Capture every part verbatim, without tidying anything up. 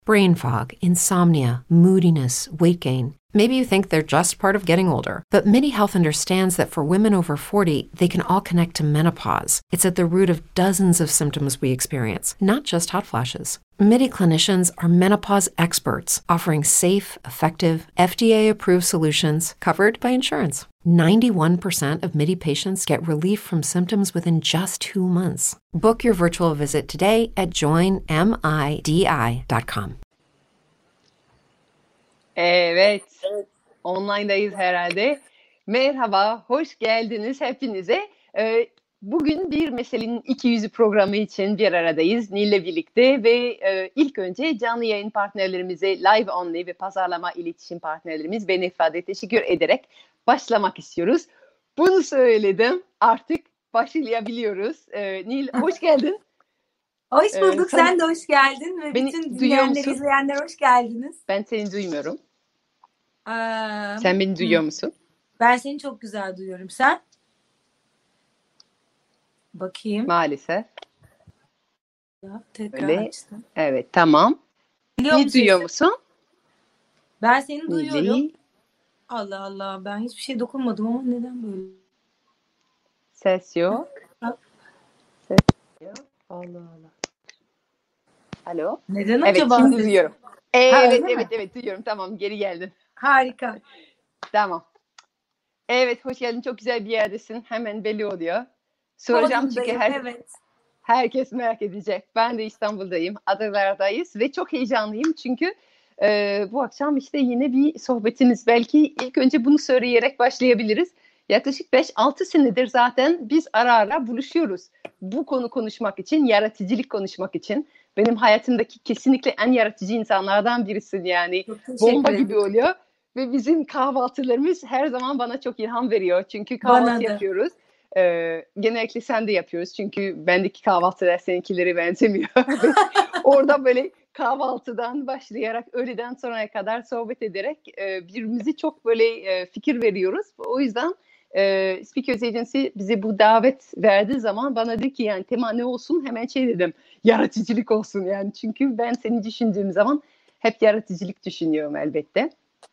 Brain fog, insomnia, moodiness, weight gain. Maybe you think they're just part of getting older, but MIDI Health understands that for women over forty, they can all connect to menopause. It's at the root of dozens of symptoms we experience, not just hot flashes. MIDI clinicians are menopause experts, offering safe, effective, F D A-approved solutions covered by insurance. ninety-one percent of MIDI patients get relief from symptoms within just two months. Book your virtual visit today at join midi dot com. Evet, online'dayız herhalde. Merhaba, hoş geldiniz hepinize. Ee, bugün bir Meselenin iki yüzü programı için bir aradayız Nil'le birlikte ve e, ilk önce canlı yayın partnerlerimize, live only ve pazarlama iletişim partnerlerimiz Benefade teşekkür ederek başlamak istiyoruz. Bunu söyledim, artık başlayabiliyoruz. Ee, Nil, hoş geldin. Hoş bulduk, Ee, sen de hoş geldin ve beni bütün duyuyor dinleyenler, musun? izleyenler hoş geldiniz. Ben seni duymuyorum. Ee, Sen beni duyuyor musun? Ben seni çok güzel duyuyorum. Sen? Bakayım. Maalesef. Ya, tekrar Öyle. açtım. Evet, tamam. Biliyor Ne musun? duyuyor musun? Ben seni duyuyorum. Nili. Allah Allah, ben hiçbir şey dokunmadım ama neden böyle? Ses yok. Ha? Ses yok. Allah Allah. Alo. Neden Evet, acaba? şimdi duyuyorum. Evet, Ha, öyle evet, mi? evet duyuyorum. Tamam, geri geldin. Harika. Tamam. Evet, hoş geldin. Çok güzel bir yerdesin. Hemen belli oluyor. Soracağım çünkü Bodrum'dayım, her, evet. herkes merak edecek. Ben de İstanbul'dayım. Adalardayız ve çok heyecanlıyım çünkü e, bu akşam işte yine bir sohbetimiz. Belki ilk önce bunu söyleyerek başlayabiliriz. Yaklaşık beş altı senedir zaten biz ara ara buluşuyoruz. Bu konu konuşmak için, yaratıcılık konuşmak için. Benim hayatımdaki kesinlikle en yaratıcı insanlardan birisin yani. Bomba gibi oluyor. Ve bizim kahvaltılarımız her zaman bana çok ilham veriyor. Çünkü kahvaltı yapıyoruz. Ee, genellikle sen de yapıyoruz. Çünkü bendeki kahvaltılar seninkileri benzemiyor. Orada böyle kahvaltıdan başlayarak öğleden sonraya kadar sohbet ederek e, birbirimizi çok böyle e, fikir veriyoruz. O yüzden e, Speakers Agency bize bu davet verdiği zaman bana dedi ki yani tema ne olsun, hemen şey dedim, yaratıcılık olsun yani. Çünkü ben seni düşündüğüm zaman hep yaratıcılık düşünüyorum elbette.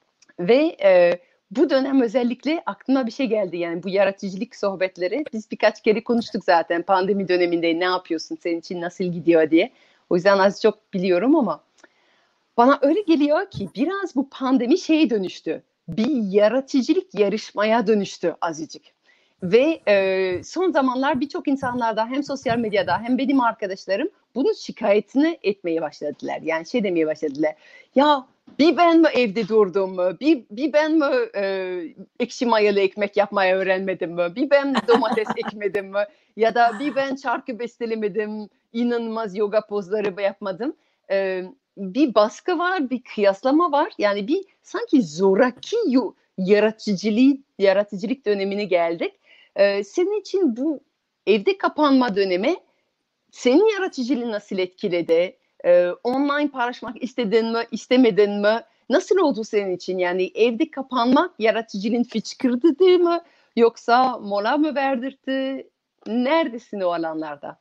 Ve e, bu dönem özellikle aklıma bir şey geldi, yani bu yaratıcılık sohbetleri. Biz birkaç kere konuştuk zaten pandemi döneminde, ne yapıyorsun, senin için nasıl gidiyor diye. O yüzden az çok biliyorum ama bana öyle geliyor ki biraz bu pandemi şeye dönüştü. Bir yaratıcılık yarışmaya dönüştü azıcık. Ve e, son zamanlar birçok insanlarda hem sosyal medyada hem benim arkadaşlarım bunun şikayetini etmeye başladılar. Yani şey demeye başladılar. Ya bir ben mi evde durdum mu? Bir, bir ben mi e, ekşi mayalı ekmek yapmayı öğrenmedim mi? Bir ben domates ekmedim mi? Ya da bir ben şarkı bestelemedim, inanılmaz yoga pozları yapmadım. E, bir baskı var, bir kıyaslama var. Yani bir sanki zoraki yaratıcılık, yaratıcılık dönemine geldik. Ee, senin için bu evde kapanma dönemi senin yaratıcılığını nasıl etkiledi? Ee, online paylaşmak istedin mi, istemedin mi? Nasıl oldu senin için? Yani evde kapanmak yaratıcılığın fışkırdı değil mi? Yoksa mola mı verdirdi? Neredesin o alanlarda?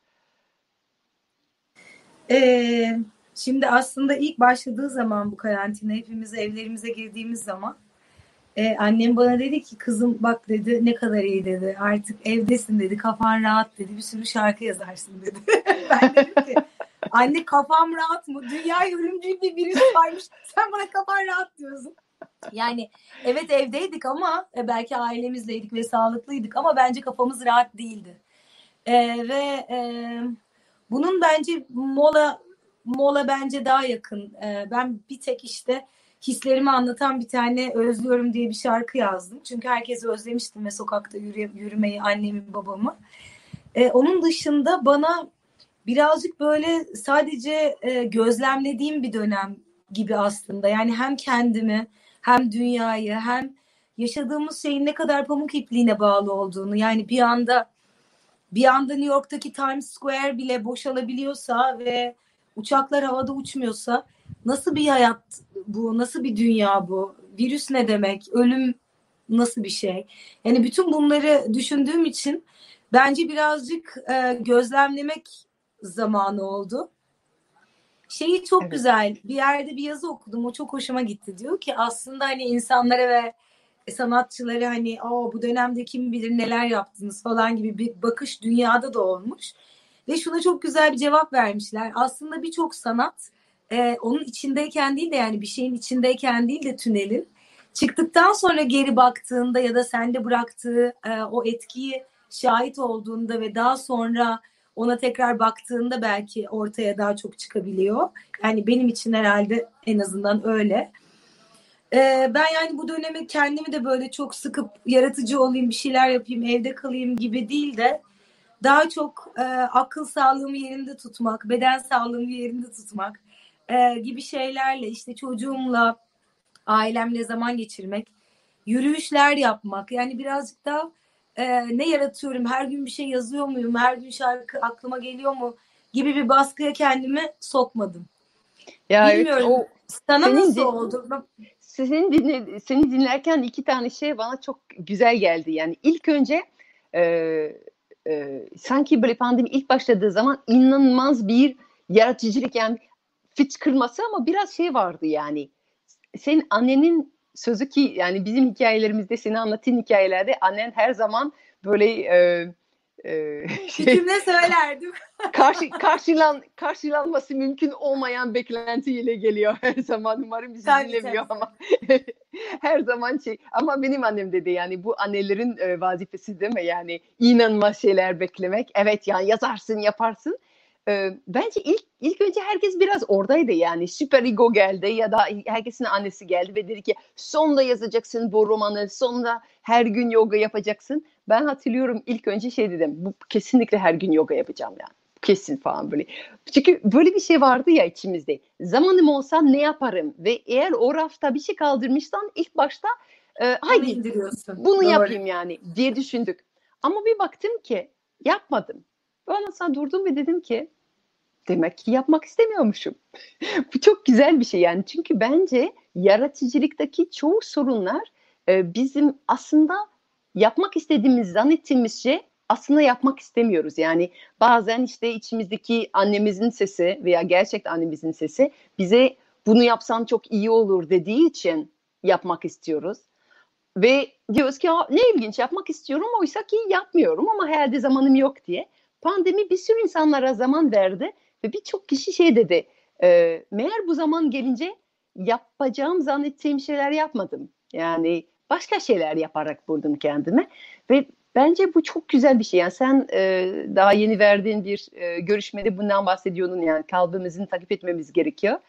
Ee, şimdi aslında ilk başladığı zaman bu karantina, hepimiz evlerimize girdiğimiz zaman Ee, annem bana dedi ki kızım bak dedi, ne kadar iyi dedi, artık evdesin dedi, kafan rahat dedi, bir sürü şarkı yazarsın dedi. Ben dedim ki anne kafam rahat mı? Dünyayı ölümcül bir virüs varmış, sen bana kafan rahat diyorsun. Yani evet evdeydik ama belki ailemizleydik ve sağlıklıydık ama bence kafamız rahat değildi. Ee, ve e, bunun bence mola mola bence daha yakın. Ee, ben bir tek işte hislerimi anlatan bir tane Özlüyorum diye bir şarkı yazdım. Çünkü herkesi özlemiştim ve sokakta yürü, yürümeyi, annemi, babamı. Ee, onun dışında bana birazcık böyle sadece e, gözlemlediğim bir dönem gibi aslında. Yani hem kendimi, hem dünyayı, hem yaşadığımız şeyin ne kadar pamuk ipliğine bağlı olduğunu. Yani bir anda bir anda New York'taki Times Square bile boşalabiliyorsa ve uçaklar havada uçmuyorsa nasıl bir hayat bu? Nasıl bir dünya bu? Virüs ne demek? Ölüm nasıl bir şey? Yani bütün bunları düşündüğüm için bence birazcık e, gözlemlemek zamanı oldu. Şeyi çok Evet. güzel. Bir yerde bir yazı okudum. O çok hoşuma gitti. Diyor ki aslında hani insanlara ve sanatçılara hani o bu dönemde kim bilir neler yaptınız falan gibi bir bakış dünyada da olmuş. Ve şuna çok güzel bir cevap vermişler. Aslında birçok sanat e, onun içindeyken değil de yani bir şeyin içindeyken değil de tünelin çıktıktan sonra geri baktığında ya da sende bıraktığı e, o etkiyi şahit olduğunda ve daha sonra ona tekrar baktığında belki ortaya daha çok çıkabiliyor. Yani benim için herhalde en azından öyle. Ee, ben yani bu döneme kendimi de böyle çok sıkıp yaratıcı olayım, bir şeyler yapayım, evde kalayım gibi değil de daha çok e, akıl sağlığımı yerinde tutmak, beden sağlığımı yerinde tutmak e, gibi şeylerle işte çocuğumla, ailemle zaman geçirmek, yürüyüşler yapmak. Yani birazcık da e, ne yaratıyorum, her gün bir şey yazıyor muyum, her gün şarkı aklıma geliyor mu gibi bir baskıya kendimi sokmadım. Ya evet, Bilmiyorum o sana senin nasıl din, oldu? senin dinle, seni dinlerken iki tane şey bana çok güzel geldi. Yani ilk önce e, e, sanki böyle pandemi ilk başladığı zaman inanılmaz bir yaratıcılık, yani fıçkırması, ama biraz şey vardı yani. Senin annenin sözü, ki yani bizim hikayelerimizde, seni anlattığın hikayelerde annen her zaman böyle e, e, şey Küçüğümde söylerdim. karşı karşılan karşılanması mümkün olmayan beklentiyle geliyor her zaman. Umarım bizi Tabii dinlemiyor tabii. ama her zaman şey. Ama benim annem dedi, yani bu annelerin e, vazifesi değil mi? Yani inanılmaz şeyler beklemek. Evet, yani yazarsın, yaparsın. E, bence ilk ilk önce herkes biraz oradaydı, yani süper ego geldi ya da herkesin annesi geldi ve dedi ki sonunda yazacaksın bu romanı, sonunda her gün yoga yapacaksın. Ben hatırlıyorum, ilk önce şey dedim, bu kesinlikle her gün yoga yapacağım yani. Kesin falan böyle. Çünkü böyle bir şey vardı ya içimizde. Zamanım olsa ne yaparım? Ve eğer o rafta bir şey kaldırmışsan ilk başta e, Onu haydi indiriyorsun. bunu Doğru. yapayım yani diye düşündük. Ama bir baktım ki yapmadım. Ondan sonra durdum ve dedim ki demek ki yapmak istemiyormuşum. Bu çok güzel bir şey yani. Çünkü bence yaratıcılıktaki çoğu sorunlar e, bizim aslında yapmak istediğimiz, zannettiğimiz şey aslında yapmak istemiyoruz. Yani bazen işte içimizdeki annemizin sesi veya gerçekten annemizin sesi bize bunu yapsan çok iyi olur dediği için yapmak istiyoruz. Ve diyoruz ki ne ilginç, yapmak istiyorum, oysa ki yapmıyorum ama herhalde zamanım yok diye. Pandemi bir sürü insanlara zaman verdi ve birçok kişi şey dedi. E, meğer bu zaman gelince yapacağım zannettiğim şeyler yapmadım. Yani başka şeyler yaparak buldum kendimi. Ve bence bu çok güzel bir şey. Yani sen e, daha yeni verdiğin bir e, görüşmede bundan bahsediyordun, yani kalbimizin takip etmemiz gerekiyor.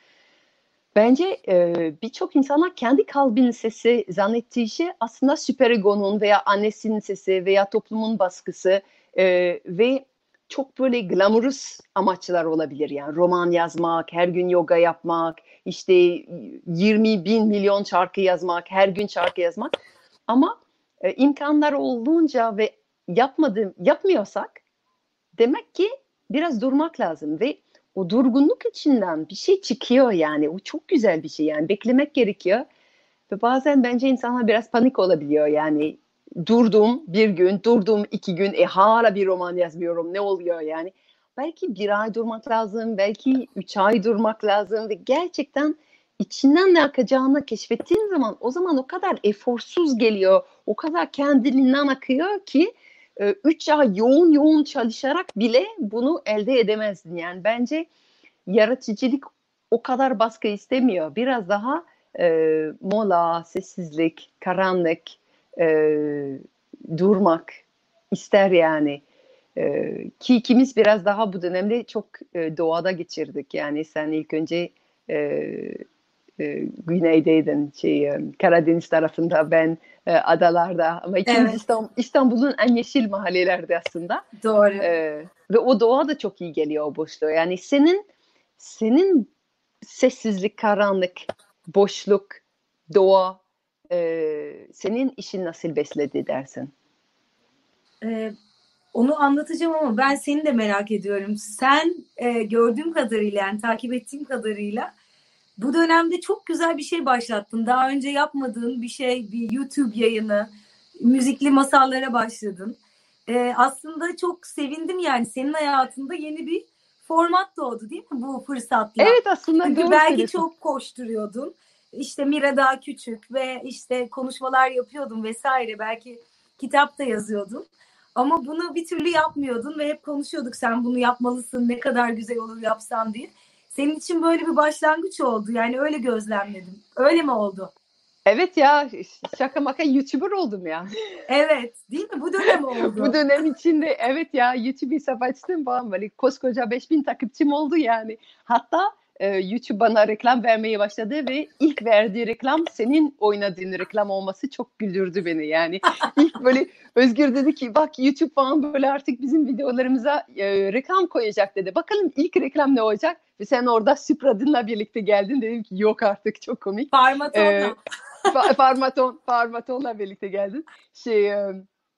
Bence e, birçok insanlar kendi kalbinin sesi zannettiği şey aslında süperegonun veya annesinin sesi veya toplumun baskısı e, ve çok böyle glamurous amaçlar olabilir. Yani roman yazmak, her gün yoga yapmak, işte yirmi bin milyon şarkı yazmak, her gün şarkı yazmak. Ama e, imkanlar olduğunca ve yapmadım, yapmıyorsak demek ki biraz durmak lazım ve o durgunluk içinden bir şey çıkıyor yani. O çok güzel bir şey yani. Beklemek gerekiyor. Ve bazen bence insanlar biraz panik olabiliyor yani. Durdum bir gün, durdum iki gün, e hala bir roman yazmıyorum. Ne oluyor yani? Belki bir ay durmak lazım, belki üç ay durmak lazım ve gerçekten içinden ne akacağını keşfettiğin zaman o zaman o kadar eforsuz geliyor, o kadar kendiliğinden akıyor ki e, üç ay yoğun yoğun çalışarak bile bunu elde edemezdin. Yani bence yaratıcılık o kadar baskı istemiyor. Biraz daha e, mola, sessizlik, karanlık, e, durmak ister yani. E, ki ikimiz biraz daha bu dönemde çok e, doğada geçirdik. Yani sen ilk önce e, e, güneydeydin, şey, e, Karadeniz tarafında, ben e, adalarda. Ama ikimiz Evet, İstanbul, İstanbul'un en yeşil mahallelerde aslında. doğru. E, ve o doğa da çok iyi geliyor o boşluğa. Yani senin senin sessizlik, karanlık, boşluk, doğa e, senin işin nasıl besledi dersin? Ee, onu anlatacağım ama ben seni de merak ediyorum. Sen e, gördüğüm kadarıyla yani takip ettiğim kadarıyla bu dönemde çok güzel bir şey başlattın. Daha önce yapmadığın bir şey, bir YouTube yayını, müzikli masallara başladın. Ee, aslında çok sevindim yani senin hayatında yeni bir format doğdu değil mi bu fırsatla? Evet, aslında Çünkü doğru belki söylüyorsun. çok koşturuyordun. İşte Mira daha küçük ve işte konuşmalar yapıyordun vesaire. Belki kitap da yazıyordun. Ama bunu bir türlü yapmıyordun ve hep konuşuyorduk, sen bunu yapmalısın, ne kadar güzel olur yapsan diye. Senin için böyle bir başlangıç oldu. Yani öyle gözlemledim. Öyle mi oldu? Evet ya, şaka maka YouTuber oldum ya. Evet, değil mi? Bu dönem oldu. Bu dönem içinde evet ya, YouTube hesap açtım falan, böyle koskoca beş bin takipçim oldu yani. Hatta e, YouTube bana reklam vermeye başladı ve ilk verdiği reklam senin oynadığın reklam olması çok güldürdü beni yani. İlk böyle Özgür dedi ki bak YouTube falan böyle artık bizim videolarımıza e, reklam koyacak dedi. Bakalım ilk reklam ne olacak? Ve sen orada Supradın'la birlikte geldin, dedim ki yok artık, çok komik. Parmatonla. E, fa- Farmaton, Farmaton'la birlikte geldin. Şey... E,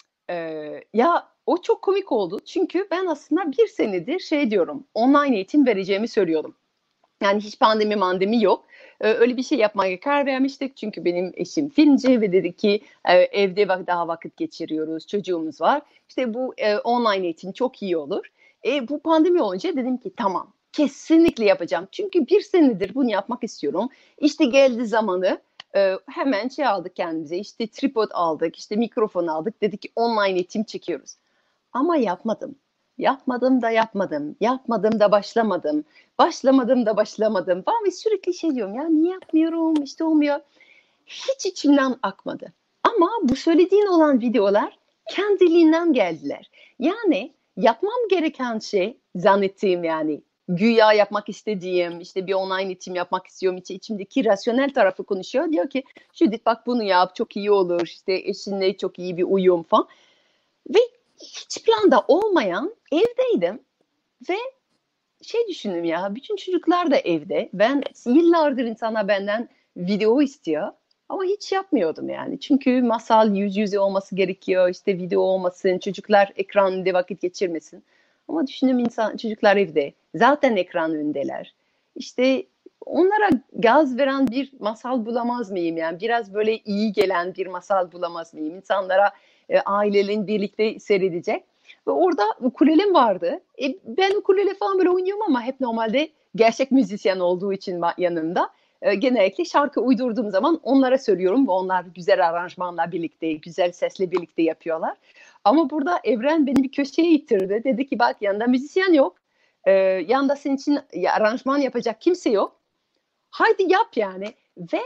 Ee, ya o çok komik oldu. Çünkü ben aslında bir senedir şey diyorum, online eğitim vereceğimi söylüyordum. Yani hiç pandemi mandemi yok. Ee, öyle bir şey yapmaya karar vermiştik. Çünkü benim eşim filmci ve dedi ki e, evde vak- daha vakit geçiriyoruz, çocuğumuz var. İşte bu e, online eğitim çok iyi olur. E, bu pandemi olunca dedim ki tamam, kesinlikle yapacağım. Çünkü bir senedir bunu yapmak istiyorum. İşte geldi zamanı. Ee, hemen şey aldık kendimize, işte tripod aldık, işte mikrofon aldık, dedik ki online eğitim çekiyoruz. Ama yapmadım. Yapmadım da yapmadım. Yapmadım da başlamadım. Başlamadım da başlamadım. Ben ve sürekli şey diyorum ya, niye yapmıyorum, işte olmuyor. Hiç içimden akmadı. Ama bu söylediğin olan videolar kendiliğinden geldiler. Yani yapmam gereken şey, zannettiğim yani güya yapmak istediğim, işte bir online eğitim yapmak istiyorum. İşte içimdeki rasyonel tarafı konuşuyor. Diyor ki Judith bak bunu yap, çok iyi olur. İşte eşinle çok iyi bir uyum falan. Ve hiç planda olmayan evdeydim ve şey düşündüm ya, bütün çocuklar da evde. Ben yıllardır insanlar benden video istiyor ama hiç yapmıyordum yani. Çünkü masal yüz yüze olması gerekiyor, işte video olmasın, çocuklar ekran önünde vakit geçirmesin. Ama düşündüm, insan çocuklar evde, zaten ekran önündeler. İşte onlara gaz veren bir masal bulamaz mıyım yani? Biraz böyle iyi gelen bir masal bulamaz mıyım? İnsanlara e, ailelerin birlikte seyredecek. Ve orada ukulelem vardı. E, ben ukulele falan böyle oynuyorum ama hep normalde gerçek müzisyen olduğu için yanımda. E, genellikle şarkı uydurduğum zaman onlara söylüyorum ve onlar güzel aranjmanla birlikte, güzel sesle birlikte yapıyorlar. Ama burada Evren beni bir köşeye ittirdi. Dedi ki bak, yanında müzisyen yok. E, yanında senin için aranjman yapacak kimse yok. Haydi yap yani. Ve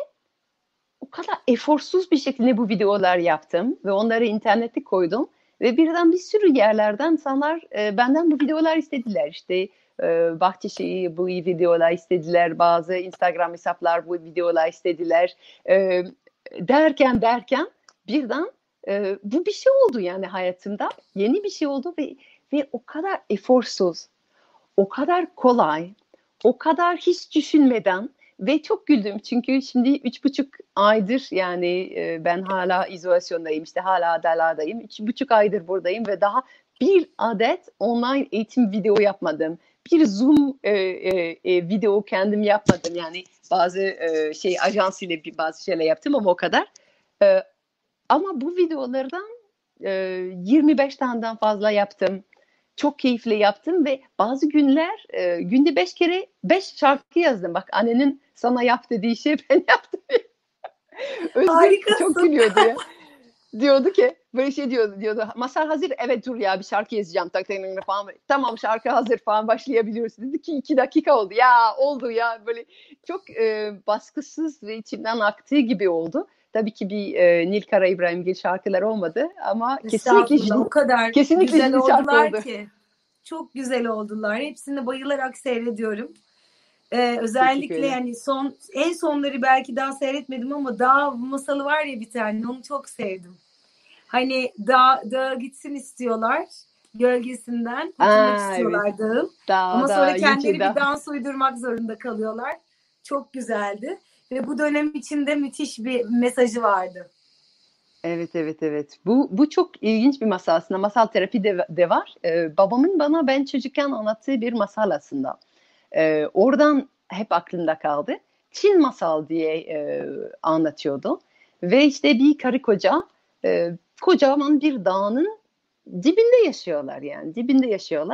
o kadar eforsuz bir şekilde bu videolar yaptım ve onları internete koydum. Ve birden bir sürü yerlerden insanlar e, benden bu videolar istediler. İşte e, Bahçeşehir bu videolar istediler. Bazı Instagram hesaplar bu videolar istediler. E, derken derken birden e, bu bir şey oldu yani hayatımda. Yeni bir şey oldu ve, ve o kadar eforsuz, o kadar kolay, o kadar hiç düşünmeden ve çok güldüm. Çünkü şimdi üç buçuk aydır yani e, ben hala izolasyondayım, işte hala adalardayım. Üç buçuk aydır buradayım ve daha bir adet online eğitim video yapmadım. Bir Zoom e, e, e, video kendim yapmadım. Yani bazı e, şey ajans ile bir bazı şeyler yaptım ama o kadar. E, ama bu videolardan e, yirmi beş taneden fazla yaptım. Çok keyifli yaptım ve bazı günler e, günde beş kere beş şarkı yazdım. Bak, annenin sana yap dediği şey ben yaptım. Özgür çok Harikasın. gülüyordu ya. Diyordu ki böyle şey diyordu, diyordu. Masal hazır, evet dur ya bir şarkı yazacağım. Tak tak tak falan. Tamam, şarkı hazır falan, başlayabiliyoruz. Dedi ki iki dakika oldu. Ya oldu ya, böyle çok e, baskısız ve içimden aktığı gibi oldu. Tabii ki bir e, Nil Kara İbrahimgil şarkılar olmadı ama kesinlikle Estağfurullah. O Judith, kadar kesinlikle güzel Judith şarkı oldular oldu. ki. Çok güzel oldular. Hepsini bayılarak seyrediyorum. Ee, Teşekkür özellikle ederim. yani son en sonları belki daha seyretmedim ama Dağ masalı var ya bir tane, onu çok sevdim. Hani dağ, dağa gitsin istiyorlar, gölgesinden kurtulmak Aa, evet. istiyorlar dağın. Ama sonra Dağda, kendileri yüce bir dağ. dans uydurmak zorunda kalıyorlar. Çok güzeldi. Ve bu dönem içinde müthiş bir mesajı vardı. Evet, evet, evet. Bu bu çok ilginç bir masal aslında. Masal terapi de, de var. Ee, babamın bana ben çocukken anlattığı bir masal aslında. Ee, oradan hep aklımda kaldı. Çin masal diye e, anlatıyordu. Ve işte bir karı koca e, kocaman bir dağın dibinde yaşıyorlar yani. Dibinde yaşıyorlar.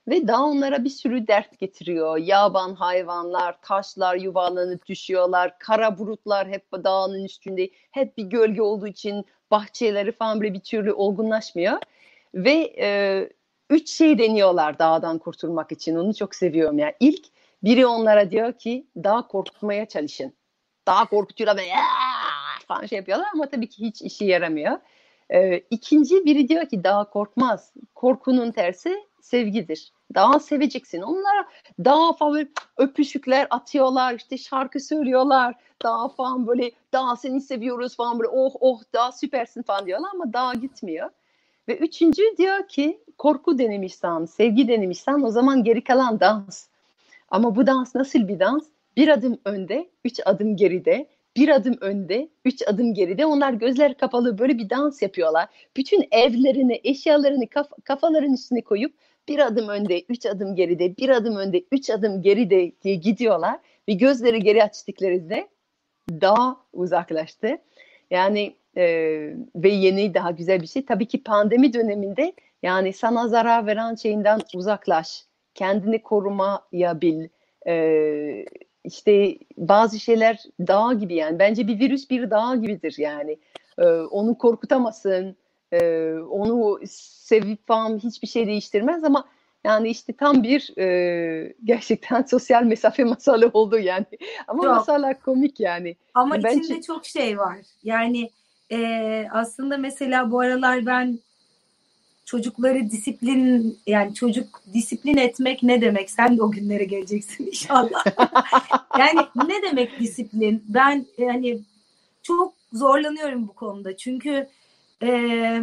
Ve dağ onlara bir sürü dert getiriyor. Yaban hayvanlar, taşlar yuvarlanıp düşüyorlar. Kara bulutlar hep dağın üstünde. Hep bir gölge olduğu için bahçeleri falan böyle bir türlü olgunlaşmıyor. Ve e, üç şey deniyorlar dağdan kurtulmak için. Onu çok seviyorum. Yani ilk biri onlara diyor ki dağ korkutmaya çalışın. Dağ korkutuyorlar ve falan şey yapıyorlar ama tabii ki hiç işe yaramıyor. Ee, ikinci biri diyor ki dağ korkmaz. Korkunun tersi sevgidir. Dağı seveceksin. Onlara dağ falan böyle öpüşükler atıyorlar, işte şarkı söylüyorlar. Dağ falan böyle dağ seni seviyoruz falan böyle oh oh dağ süpersin falan diyorlar ama dağ gitmiyor. Ve üçüncü diyor ki korku denemişsen, sevgi denemişsen o zaman geri kalan dans. Ama bu dans nasıl bir dans? Bir adım önde, üç adım geride. Bir adım önde, üç adım geride. Onlar gözler kapalı böyle bir dans yapıyorlar. Bütün evlerini, eşyalarını kaf- kafaların üstüne koyup bir adım önde, üç adım geride, bir adım önde, üç adım geride diye gidiyorlar. Ve gözleri geri açtıklarında daha uzaklaştı. Yani e, ve yeni daha güzel bir şey. Tabii ki pandemi döneminde yani sana zarar veren şeyinden uzaklaş. Kendini korumaya bil. E, işte bazı şeyler dağ gibi yani. Bence bir virüs bir dağ gibidir yani. E, onu korkutamazsın. E, onu sevip falan hiçbir şey değiştirmez ama yani işte tam bir e, gerçekten sosyal mesafe masalı oldu yani. Ama Çok. masallar komik yani. Ama Ben içinde çok şey var. Yani e, aslında mesela bu aralar ben çocukları disiplin yani çocuk disiplin etmek ne demek? Sen de o günlere geleceksin inşallah. Yani ne demek disiplin? Ben yani çok zorlanıyorum bu konuda. Çünkü e,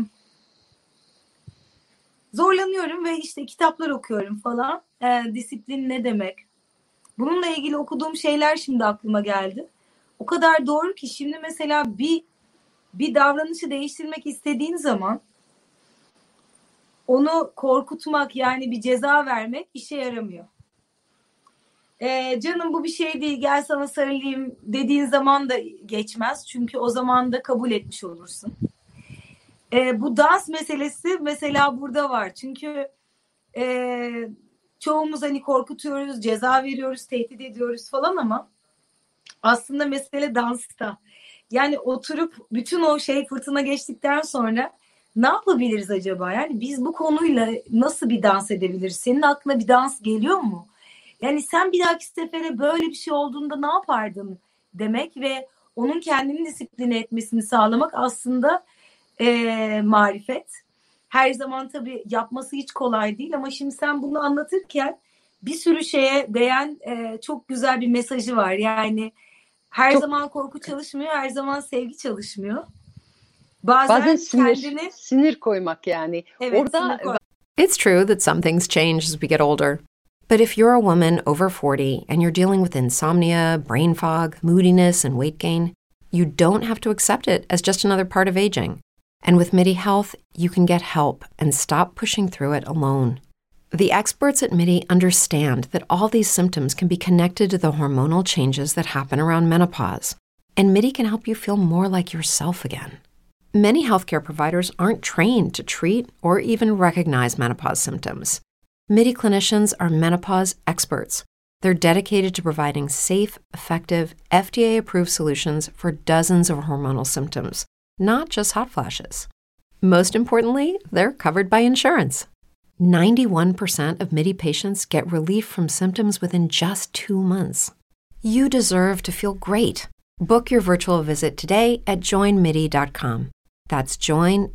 zorlanıyorum ve işte kitaplar okuyorum falan. E, disiplin ne demek? Bununla ilgili okuduğum şeyler şimdi aklıma geldi. O kadar doğru ki şimdi mesela bir bir davranışı değiştirmek istediğin zaman onu korkutmak yani bir ceza vermek işe yaramıyor. Ee, canım bu bir şey değil gel sana sarılayım dediğin zaman da geçmez. Çünkü o zaman da kabul etmiş olursun. Ee, bu dans meselesi mesela burada var. Çünkü e, çoğumuz hani korkutuyoruz, ceza veriyoruz, tehdit ediyoruz falan ama aslında mesele dansta. Yani oturup bütün o şey fırtına geçtikten sonra ne yapabiliriz acaba? Yani biz bu konuyla nasıl bir dans edebiliriz? Senin aklına bir dans geliyor mu? Yani sen bir dahaki sefere böyle bir şey olduğunda ne yapardın demek ve onun kendini disipline etmesini sağlamak aslında e, marifet. Her zaman tabii yapması hiç kolay değil ama şimdi sen bunu anlatırken bir sürü şeye değen e, çok güzel bir mesajı var. Yani her çok zaman korku çalışmıyor, her zaman sevgi çalışmıyor. bazen Bazen sinir kendini sinir koymak yani. evet Orada sinir koy. It's true that some things change as we get older. But if you're a woman over forty and you're dealing with insomnia, brain fog, moodiness, and weight gain, you don't have to accept it as just another part of aging. And with MIDI Health, you can get help and stop pushing through it alone. The experts at MIDI understand that all these symptoms can be connected to the hormonal changes that happen around menopause. And MIDI can help you feel more like yourself again. Many healthcare providers aren't trained to treat or even recognize menopause symptoms. MIDI clinicians are menopause experts. They're dedicated to providing safe, effective, F D A-approved solutions for dozens of hormonal symptoms, not just hot flashes. Most importantly, they're covered by insurance. ninety-one percent of MIDI patients get relief from symptoms within just two months. You deserve to feel great. Book your virtual visit today at join midi dot com. That's join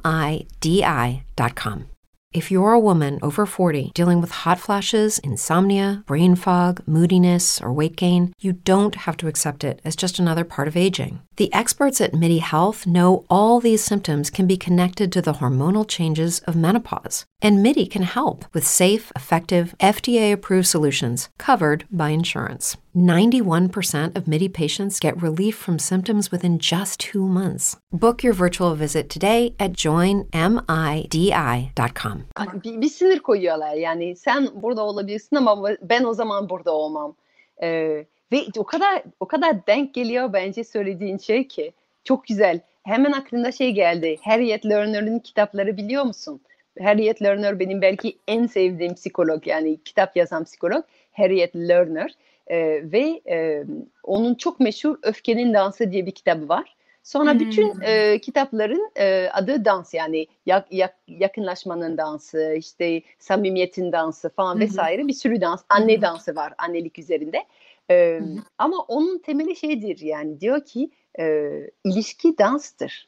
midi dot com. If you're a woman over forty dealing with hot flashes, insomnia, brain fog, moodiness, or weight gain, you don't have to accept it as just another part of aging. The experts at MIDI Health know all these symptoms can be connected to the hormonal changes of menopause. And MIDI can help with safe, effective, F D A-approved solutions covered by insurance. ninety-one percent of MIDI patients get relief from symptoms within just two months. Book your virtual visit today at join midi dot com. bir, bir sinir koyuyorlar yani sen burada olabilirsin ama ben o zaman burada olmam. Ee, ve o kadar o kadar denk geliyor bence söylediğin şey ki çok güzel. Hemen aklımda şey geldi. Harriet Lerner'ın kitapları biliyor musun? Harriet Lerner benim belki en sevdiğim psikolog, yani kitap yazan psikolog Harriet Lerner. E, ve e, onun çok meşhur Öfkenin Dansı diye bir kitabı var. Sonra bütün e, kitapların e, adı dans, yani yak, yak, yakınlaşmanın dansı, işte samimiyetin dansı falan vesaire, bir sürü dans, anne dansı var annelik üzerinde. E, ama onun temeli şeydir, yani diyor ki e, ilişki danstır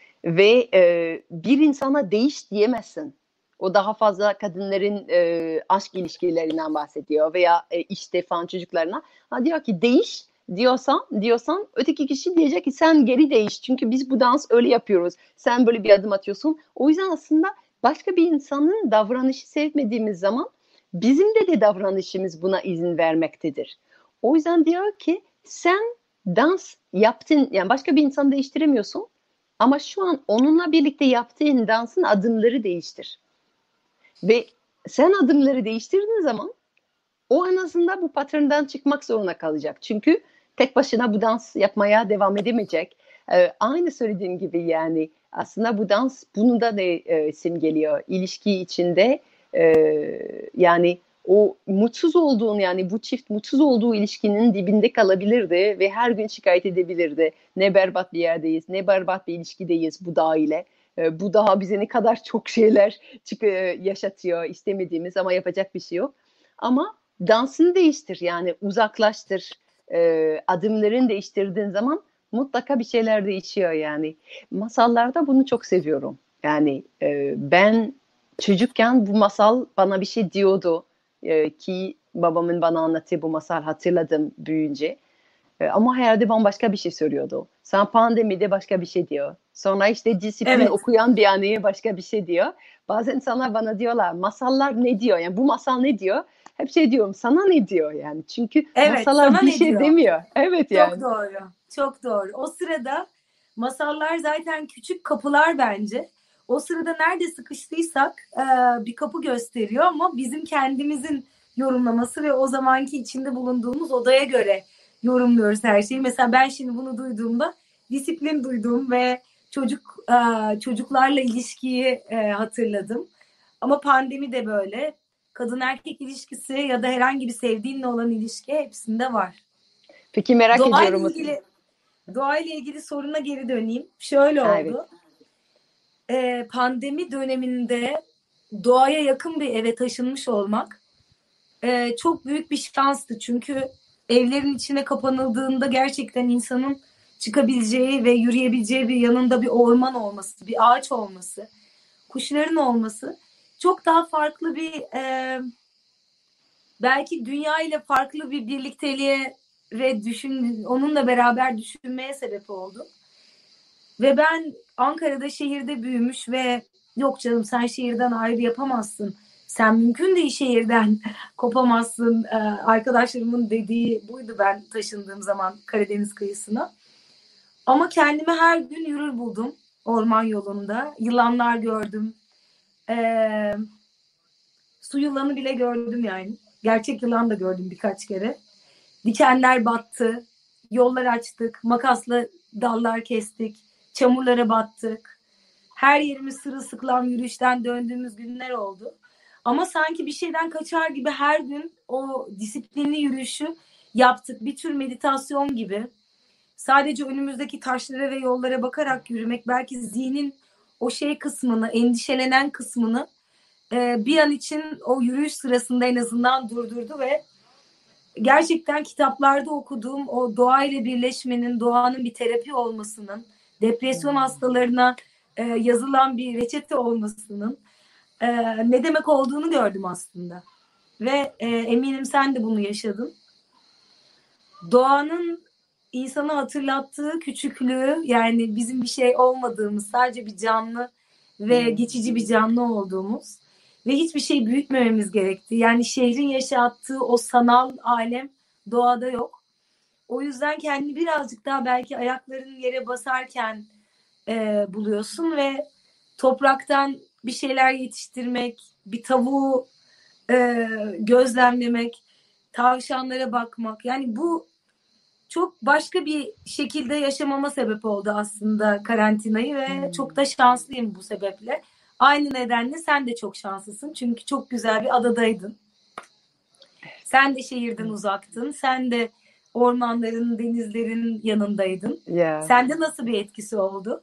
ve e, bir insana değiş diyemezsin. O daha fazla kadınların e, aşk ilişkilerinden bahsediyor veya e, işte falan çocuklarına. Ha, diyor ki değiş diyorsan, diyorsan öteki kişi diyecek ki sen geri değiş. Çünkü biz bu dans öyle yapıyoruz. Sen böyle bir adım atıyorsun. O yüzden aslında başka bir insanın davranışı sevmediğimiz zaman bizim de de davranışımız buna izin vermektedir. O yüzden diyor ki sen dans yaptın, yani başka bir insanı değiştiremiyorsun. Ama şu an onunla birlikte yaptığın dansın adımları değiştir. Ve sen adımları değiştirdiğin zaman o en azından bu paterndan çıkmak zorunda kalacak. Çünkü tek başına bu dans yapmaya devam edemeyecek. Ee, aynı söylediğim gibi, yani aslında bu dans bunu da ne e, simgeliyor. İlişki içinde e, yani o mutsuz olduğun, yani bu çift mutsuz olduğu ilişkinin dibinde kalabilirdi ve her gün şikayet edebilirdi. Ne berbat bir yerdeyiz, ne berbat bir ilişkideyiz bu dağ ile. E, bu daha bize ne kadar çok şeyler çık- yaşatıyor istemediğimiz, ama yapacak bir şey yok. Ama dansını değiştir, yani uzaklaştır, e, adımlarını değiştirdiğin zaman mutlaka bir şeyler değişiyor yani. Masallarda bunu çok seviyorum. Yani e, ben çocukken bu masal bana bir şey diyordu e, ki babamın bana anlattığı bu masal hatırladım büyüyünce. E, ama herhalde bambaşka bir şey söylüyordu. Sen pandemide başka bir şey diyor. Sonra işte disiplin Evet. okuyan bir anneye başka bir şey diyor. Bazen insanlar bana diyorlar masallar ne diyor? Yani bu masal ne diyor? Hep şey diyorum, sana ne diyor yani? Çünkü Evet, masallar sana bir ne şey diyor? demiyor. Evet yani. Çok doğru. Çok doğru. O sırada masallar zaten küçük kapılar bence. O sırada nerede sıkıştıysak e, bir kapı gösteriyor ama bizim kendimizin yorumlaması ve o zamanki içinde bulunduğumuz odaya göre yorumluyoruz her şeyi. Mesela ben şimdi bunu duyduğumda disiplin duydum ve çocuk e, çocuklarla ilişkiyi e, hatırladım. Ama pandemi de böyle. Kadın erkek ilişkisi ya da herhangi bir sevdiğinle olan ilişki hepsinde var. Peki merak Doğayla ediyorum. ilgili doğayla ilgili soruna geri döneyim. Şöyle Ha, oldu. Ee, pandemi döneminde doğaya yakın bir eve taşınmış olmak e, çok büyük bir şanstı. Çünkü evlerin içine kapanıldığında gerçekten insanın çıkabileceği ve yürüyebileceği bir yanında bir orman olması, bir ağaç olması, kuşların olması çok daha farklı bir e, belki dünya ile farklı bir birlikteliğe ve düşün, onunla beraber düşünmeye sebep oldu. Ve ben Ankara'da şehirde büyümüş ve yok canım sen şehirden ayrı yapamazsın. Sen mümkün değil şehirden kopamazsın. Ee, arkadaşlarımın dediği buydu ben taşındığım zaman Karadeniz kıyısına. Ama kendimi her gün yürür buldum orman yolunda. Yılanlar gördüm. Ee, su yılanı bile gördüm yani. Gerçek yılan da gördüm birkaç kere. Dikenler battı. Yollar açtık. Makasla dallar kestik. Çamurlara battık. Her yerimiz sırılsıklam yürüyüşten döndüğümüz günler oldu. Ama sanki bir şeyden kaçar gibi her gün o disiplinli yürüyüşü yaptık. Bir tür meditasyon gibi. Sadece önümüzdeki taşlara ve yollara bakarak yürümek belki zihnin o şey kısmını, endişelenen kısmını bir an için o yürüyüş sırasında en azından durdurdu ve gerçekten kitaplarda okuduğum o doğayla birleşmenin, doğanın bir terapi olmasının, depresyon hastalarına e, yazılan bir reçete olmasının e, ne demek olduğunu gördüm aslında. Ve e, eminim sen de bunu yaşadın. Doğanın insanı hatırlattığı küçüklüğü, yani bizim bir şey olmadığımız, sadece bir canlı ve geçici bir canlı olduğumuz ve hiçbir şey büyütmememiz gerektiği. Yani şehrin yaşattığı o sanal alem doğada yok. O yüzden kendini birazcık daha belki ayaklarının yere basarken e, buluyorsun ve topraktan bir şeyler yetiştirmek, bir tavuğu e, gözlemlemek, tavşanlara bakmak. Yani bu çok başka bir şekilde yaşamama sebep oldu aslında karantinayı ve hmm. çok da şanslıyım bu sebeple. Aynı nedenle sen de çok şanslısın. Çünkü çok güzel bir adadaydın. Sen de şehirden uzaktın. Sen de ormanların, denizlerin yanındaydın. Ya. Sende nasıl bir etkisi oldu?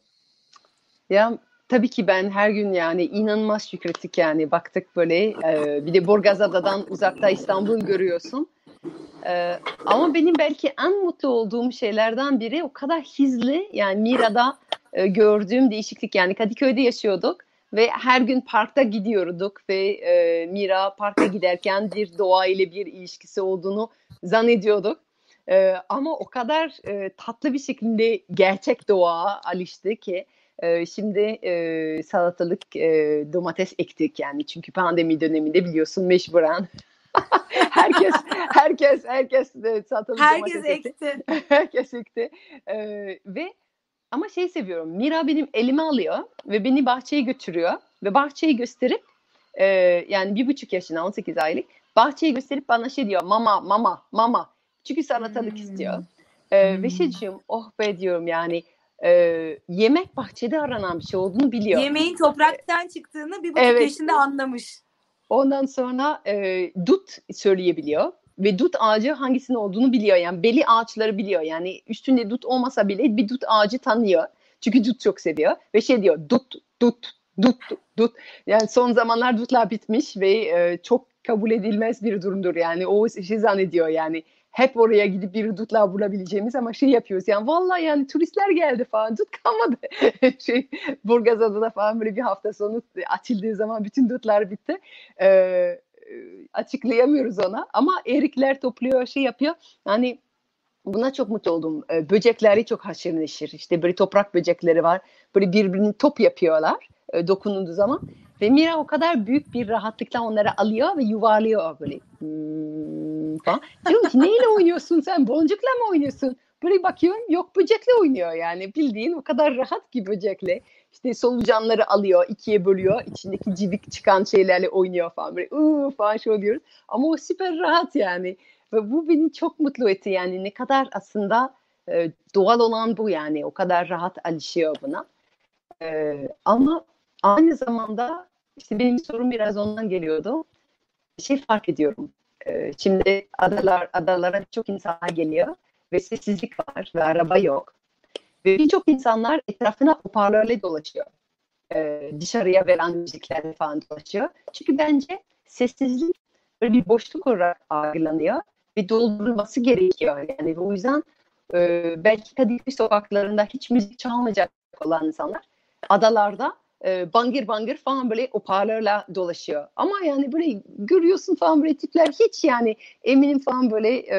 Ya tabii ki ben her gün yani inanılmaz şükrettik yani baktık böyle e, bir de Burgazada'dan uzakta İstanbul görüyorsun. E, ama benim belki en mutlu olduğum şeylerden biri o kadar hızlı yani Mira'da e, gördüğüm değişiklik yani Kadıköy'de yaşıyorduk ve her gün parkta gidiyorduk ve e, Mira parka giderken bir doğa ile bir ilişkisi olduğunu zannediyorduk. E, ama o kadar e, tatlı bir şekilde gerçek doğa alıştı ki Ee, şimdi e, salatalık, e, domates ektik yani çünkü pandemi döneminde biliyorsun mecburen herkes herkes herkes e, salatalık Herkes domates ekti. ekti. Herkes ekti. Ee, ve ama şey seviyorum. Mira benim elime alıyor ve beni bahçeye götürüyor ve bahçeyi gösterip e, yani bir buçuk yaşında on sekiz aylık bahçeyi gösterip bana şey diyor mama mama mama çünkü salatalık Hmm. istiyor. Ee, Hmm. Ve şey diyorum oh be diyorum yani e, yemek bahçede aranan bir şey olduğunu biliyor. Yemeğin topraktan çıktığını bir buçuk Evet. yaşında anlamış. Ondan sonra e, dut söyleyebiliyor ve dut ağacı hangisinin olduğunu biliyor. Yani belli ağaçları biliyor. Yani üstünde dut olmasa bile bir dut ağacı tanıyor. Çünkü dut çok seviyor ve şey diyor dut dut dut dut. Yani son zamanlar dutlar bitmiş ve e, çok kabul edilmez bir durumdur. Yani o şey zannediyor yani hep oraya gidip bir dutlar bulabileceğimiz ama şey yapıyoruz yani vallahi yani turistler geldi falan dut kalmadı. şey Burgazada'da falan böyle bir hafta sonu açıldığı zaman bütün dutlar bitti. Ee, açıklayamıyoruz ona ama erikler topluyor şey yapıyor. Yani buna çok mutlu oldum. Ee, böcekleri çok haşır neşir. İşte böyle toprak böcekleri var. Böyle birbirini top yapıyorlar e, dokunulduğu zaman. Ve Mira o kadar büyük bir rahatlıkla onları alıyor ve yuvarlıyor böyle. Hmm, falan. Diyorum ki neyle oynuyorsun sen? Boncukla mı oynuyorsun? Böyle bakıyorum yok böcekle oynuyor yani. Bildiğin o kadar rahat ki böcekle. İşte solucanları alıyor, ikiye bölüyor. İçindeki civik çıkan şeylerle oynuyor falan. Böyle uuu falan şey oluyoruz. Ama o süper rahat yani. Ve bu beni çok mutlu etti yani ne kadar aslında e, doğal olan bu yani o kadar rahat alışıyor buna. E, ama aynı zamanda işte benim sorum biraz ondan geliyordu. Şey fark ediyorum. E, şimdi adalar adalara çok insanlar geliyor ve sessizlik var ve araba yok. Ve birçok insanlar etrafına hoparlörle dolaşıyor. E, dışarıya veren müziklerle falan dolaşıyor. Çünkü bence sessizlik böyle bir boşluk olarak algılanıyor ve doldurulması gerekiyor. Yani o yüzden e, belki Kadıköy sokaklarında hiç müzik çalmayacak olan insanlar adalarda e, bangır bangır falan böyle hoparlörle dolaşıyor. Ama yani böyle görüyorsun falan böyle tipler hiç yani eminim falan böyle e,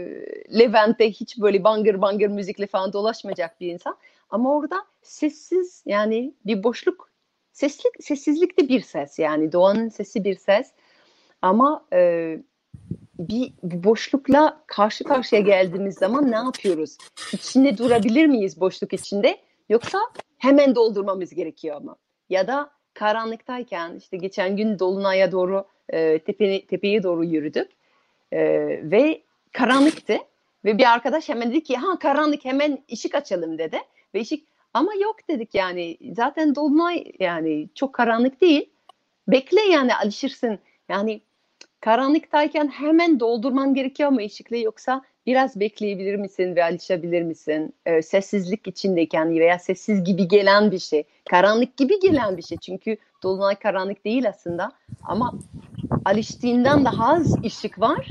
Levent'te hiç böyle bangır bangır müzikle falan dolaşmayacak bir insan. Ama orada sessiz yani bir boşluk seslik, sessizlik de bir ses yani doğanın sesi bir ses ama e, bir, bir boşlukla karşı karşıya geldiğimiz zaman ne yapıyoruz? İçinde durabilir miyiz boşluk içinde yoksa hemen doldurmamız gerekiyor mu? Ya da karanlıktayken işte geçen gün Dolunay'a doğru e, tepe, tepeye doğru yürüdük e, ve karanlıktı ve bir arkadaş hemen dedi ki ha karanlık hemen ışık açalım dedi ve ışık ama yok dedik yani zaten Dolunay yani çok karanlık değil bekle yani alışırsın yani karanlıktayken hemen doldurman gerekiyor mu ışıkla yoksa biraz bekleyebilir misin ve alışabilir misin? Ee, sessizlik içindeyken veya sessiz gibi gelen bir şey, karanlık gibi gelen bir şey. Çünkü dolunay karanlık değil aslında ama alıştığından daha az ışık var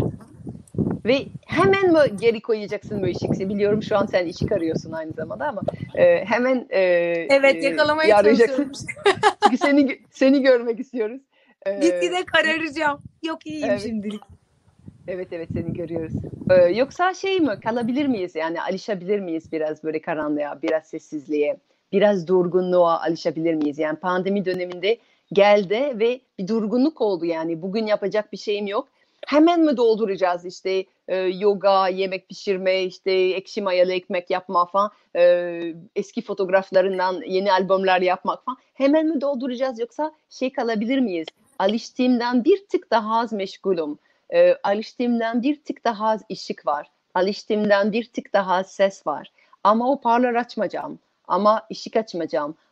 ve hemen mi geri koyacaksın bu ışığı? Biliyorum şu an sen ışık arıyorsun aynı zamanda ama e, hemen e, Evet yakalamaya e, çalışıyorum. Çünkü seni seni görmek istiyoruz. Gitgide kararacağım. Yok iyiyim evet. şimdilik. Evet evet seni görüyoruz. Ee, yoksa şey mi kalabilir miyiz yani alışabilir miyiz biraz böyle karanlığa, biraz sessizliğe, biraz durgunluğa alışabilir miyiz? Yani pandemi döneminde geldi ve bir durgunluk oldu yani bugün yapacak bir şeyim yok. Hemen mi dolduracağız işte e, yoga, yemek pişirme, işte ekşi mayalı ekmek yapma falan, e, eski fotoğraflarından yeni albümler yapmak falan. Hemen mi dolduracağız yoksa şey kalabilir miyiz? Alıştığımdan bir tık daha az meşgulüm. E, alıştığımdan bir tık daha az ışık var. Alıştığımdan bir tık daha az ses var. Ama o parlar açmayacağım. Ama ışık açmayacağım.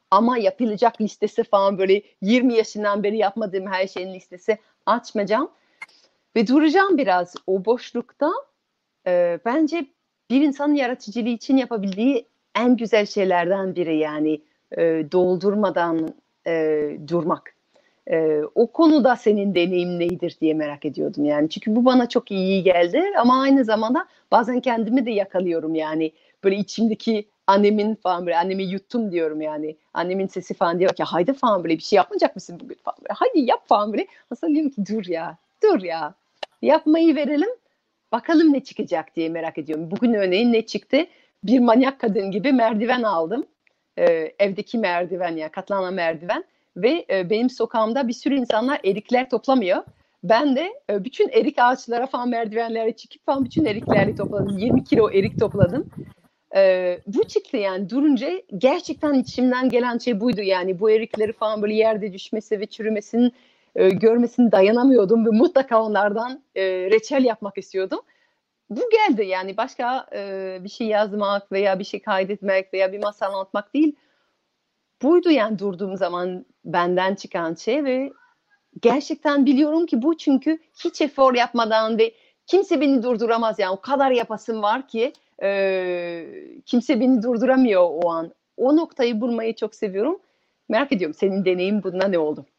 ama yapılacak listesi falan, böyle yirmi yaşından beri yapmadığım her şeyin listesi açmayacağım. Ve duracağım biraz o boşlukta. Ee, bence bir insanın yaratıcılığı için yapabildiği en güzel şeylerden biri, yani e, doldurmadan e, durmak. E, o konuda senin deneyim nedir diye merak ediyordum yani. Çünkü bu bana çok iyi geldi ama aynı zamanda bazen kendimi de yakalıyorum yani. Böyle içimdeki annemin falan, böyle annemi yuttum diyorum yani. Annemin sesi falan diyor ki haydi falan, böyle bir şey yapmayacak mısın bugün falan, böyle haydi yap falan böyle. Aslında diyorum ki dur ya, dur ya. Yapmayı verelim. Bakalım ne çıkacak diye merak ediyorum. Bugün örneğin ne çıktı? Bir manyak kadın gibi merdiven aldım. Ee, evdeki merdiven, ya katlanan merdiven. Ve e, benim sokağımda bir sürü insanlar erikler toplamıyor. Ben de e, bütün erik ağaçlara falan, merdivenlere çıkıp falan bütün erikleri topladım. yirmi kilo erik topladım. Ee, bu çıktı yani. Durunca gerçekten içimden gelen şey buydu yani. Bu erikleri falan böyle yerde düşmesi ve çürümesinin e, görmesini dayanamıyordum ve mutlaka onlardan e, reçel yapmak istiyordum. Bu geldi yani, başka e, bir şey yazmak veya bir şey kaydetmek veya bir masal anlatmak değil. Buydu yani durduğum zaman benden çıkan şey ve gerçekten biliyorum ki bu, çünkü hiç efor yapmadan ve kimse beni durduramaz yani, o kadar yapasım var ki e, kimse beni durduramıyor o an. O noktayı bulmayı çok seviyorum. Merak ediyorum, senin deneyim bunda ne oldu?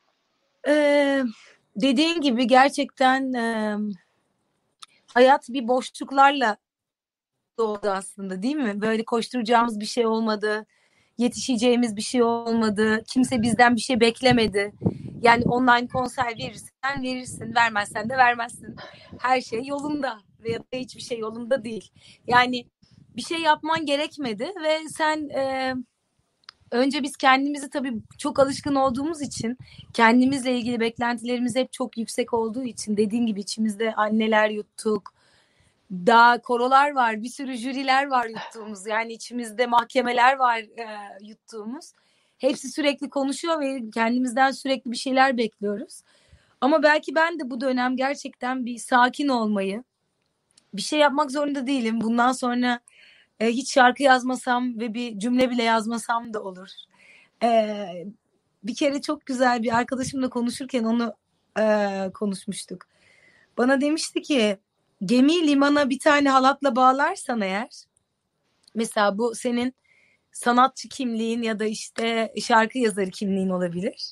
Ee, dediğin gibi gerçekten e, hayat bir boşluklarla doğdu aslında, değil mi? Böyle koşturacağımız bir şey olmadı. Yetişeceğimiz bir şey olmadı. Kimse bizden bir şey beklemedi. Yani online konser verirsen verirsin, vermezsen de vermezsin. Her şey yolunda veya da hiçbir şey yolunda değil. Yani bir şey yapman gerekmedi ve sen e, önce biz kendimizi tabii çok alışkın olduğumuz için, kendimizle ilgili beklentilerimiz hep çok yüksek olduğu için, dediğin gibi içimizde anneler yuttuk. Daha korolar var, bir sürü jüriler var yuttuğumuz. Yani içimizde mahkemeler var e, yuttuğumuz. Hepsi sürekli konuşuyor ve kendimizden sürekli bir şeyler bekliyoruz. Ama belki ben de bu dönem gerçekten bir sakin olmayı, bir şey yapmak zorunda değilim. Bundan sonra e, hiç şarkı yazmasam ve bir cümle bile yazmasam da olur. E, bir kere çok güzel bir arkadaşımla konuşurken onu e, konuşmuştuk. Bana demişti ki, gemiyi limana bir tane halatla bağlarsan eğer, mesela bu senin sanatçı kimliğin ya da işte şarkı yazarı kimliğin olabilir.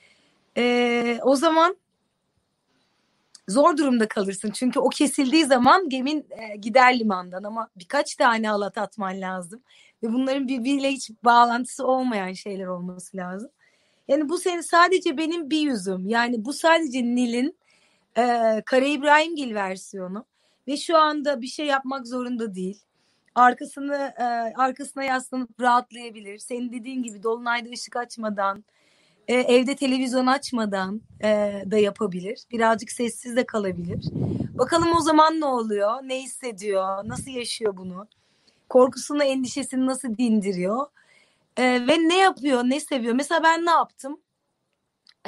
Ee, o zaman zor durumda kalırsın. Çünkü o kesildiği zaman gemin e, gider limandan, ama birkaç tane halat atman lazım. Ve bunların birbiriyle hiç bağlantısı olmayan şeyler olması lazım. Yani bu senin sadece benim bir yüzüm. Yani bu sadece Nil'in e, Kara İbrahimgil versiyonu. Ve şu anda bir şey yapmak zorunda değil. Arkasını e, arkasına yaslanıp rahatlayabilir. Senin dediğin gibi dolunayda ışık açmadan, e, evde televizyon açmadan e, da yapabilir. Birazcık sessiz de kalabilir. Bakalım o zaman ne oluyor? Ne hissediyor? Nasıl yaşıyor bunu? Korkusunu, endişesini nasıl dindiriyor? E, ve ne yapıyor? Ne seviyor? Mesela ben ne yaptım? E,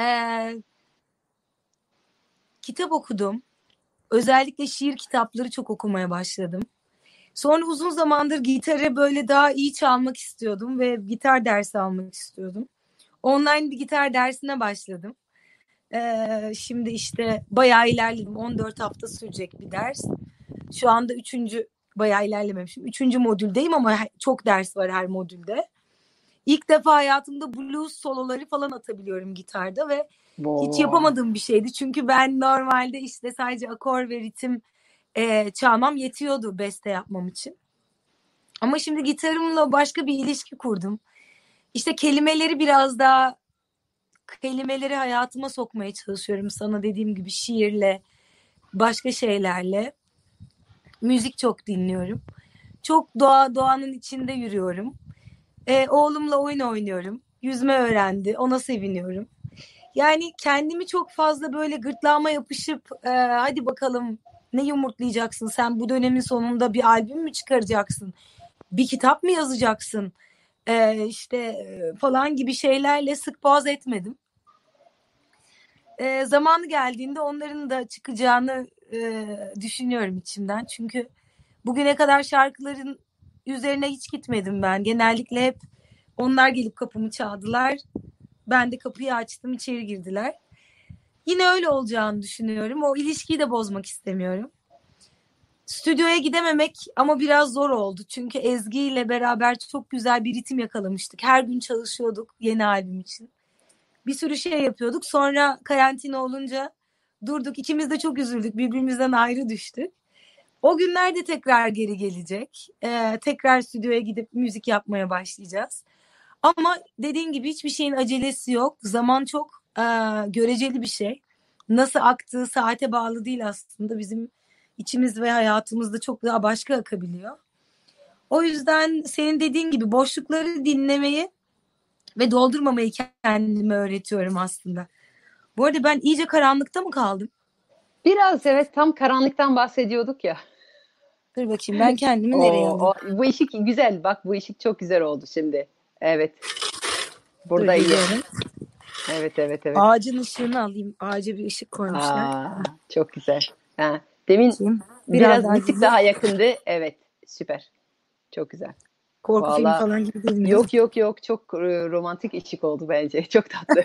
kitap okudum. Özellikle şiir kitapları çok okumaya başladım. Sonra uzun zamandır gitarı böyle daha iyi çalmak istiyordum ve gitar dersi almak istiyordum. Online bir gitar dersine başladım. Ee, şimdi işte bayağı ilerledim. on dört hafta sürecek bir ders. Şu anda üçüncü, bayağı ilerlememişim. Üçüncü modüldeyim ama çok ders var her modülde. İlk defa hayatımda blues soloları falan atabiliyorum gitarda ve Wow. hiç yapamadığım bir şeydi. Çünkü ben normalde işte sadece akor ve ritim e, çalmam yetiyordu beste yapmam için. Ama şimdi gitarımla başka bir ilişki kurdum. İşte kelimeleri biraz daha, kelimeleri hayatıma sokmaya çalışıyorum. Sana dediğim gibi şiirle, başka şeylerle. Müzik çok dinliyorum. Çok doğa, doğanın içinde yürüyorum. Ee, oğlumla oyun oynuyorum. Yüzme öğrendi. Ona seviniyorum. Yani kendimi çok fazla böyle gırtlağıma yapışıp e, hadi bakalım ne yumurtlayacaksın sen bu dönemin sonunda, bir albüm mü çıkaracaksın? Bir kitap mı yazacaksın? Ee, işte e, falan gibi şeylerle sık boğaz etmedim. Ee, zamanı geldiğinde onların da çıkacağını e, düşünüyorum içimden. Çünkü bugüne kadar şarkıların üzerine hiç gitmedim ben. Genellikle hep Onlar gelip kapımı çaldılar. Ben de kapıyı açtım, içeri girdiler. Yine öyle olacağını düşünüyorum. O ilişkiyi de bozmak istemiyorum. Stüdyoya gidememek ama biraz zor oldu. Çünkü Ezgi ile beraber çok güzel bir ritim yakalamıştık. Her gün çalışıyorduk yeni albüm için. Bir sürü şey yapıyorduk. Sonra karantina olunca durduk. İkimiz de çok üzüldük. Birbirimizden ayrı düştük. O günler de tekrar geri gelecek. Ee, tekrar stüdyoya gidip müzik yapmaya başlayacağız. Ama dediğin gibi hiçbir şeyin acelesi yok. Zaman çok e, göreceli bir şey. Nasıl aktığı saate bağlı değil aslında. Bizim içimiz ve hayatımızda çok daha başka akabiliyor. O yüzden senin dediğin gibi boşlukları dinlemeyi ve doldurmamayı kendime öğretiyorum aslında. Bu arada ben iyice karanlıkta mı kaldım? Biraz evet, tam karanlıktan bahsediyorduk ya. Dur bakayım ben kendimi O, nereye alayım? o, bu ışık güzel. Bak bu ışık çok güzel oldu şimdi. Evet. Burada Dur, iyi. geliyorum. Evet evet evet. Ağacın ışığını alayım. Ağaca bir ışık koymuşlar. Aa, çok güzel. Ha, demin Bakayım. biraz, daha bir tık güzel. daha yakındı. Evet, süper. Çok güzel. Korku filmi Vallahi falan gibi değil mi? yok yok yok, çok e, romantik ışık oldu bence. Çok tatlı.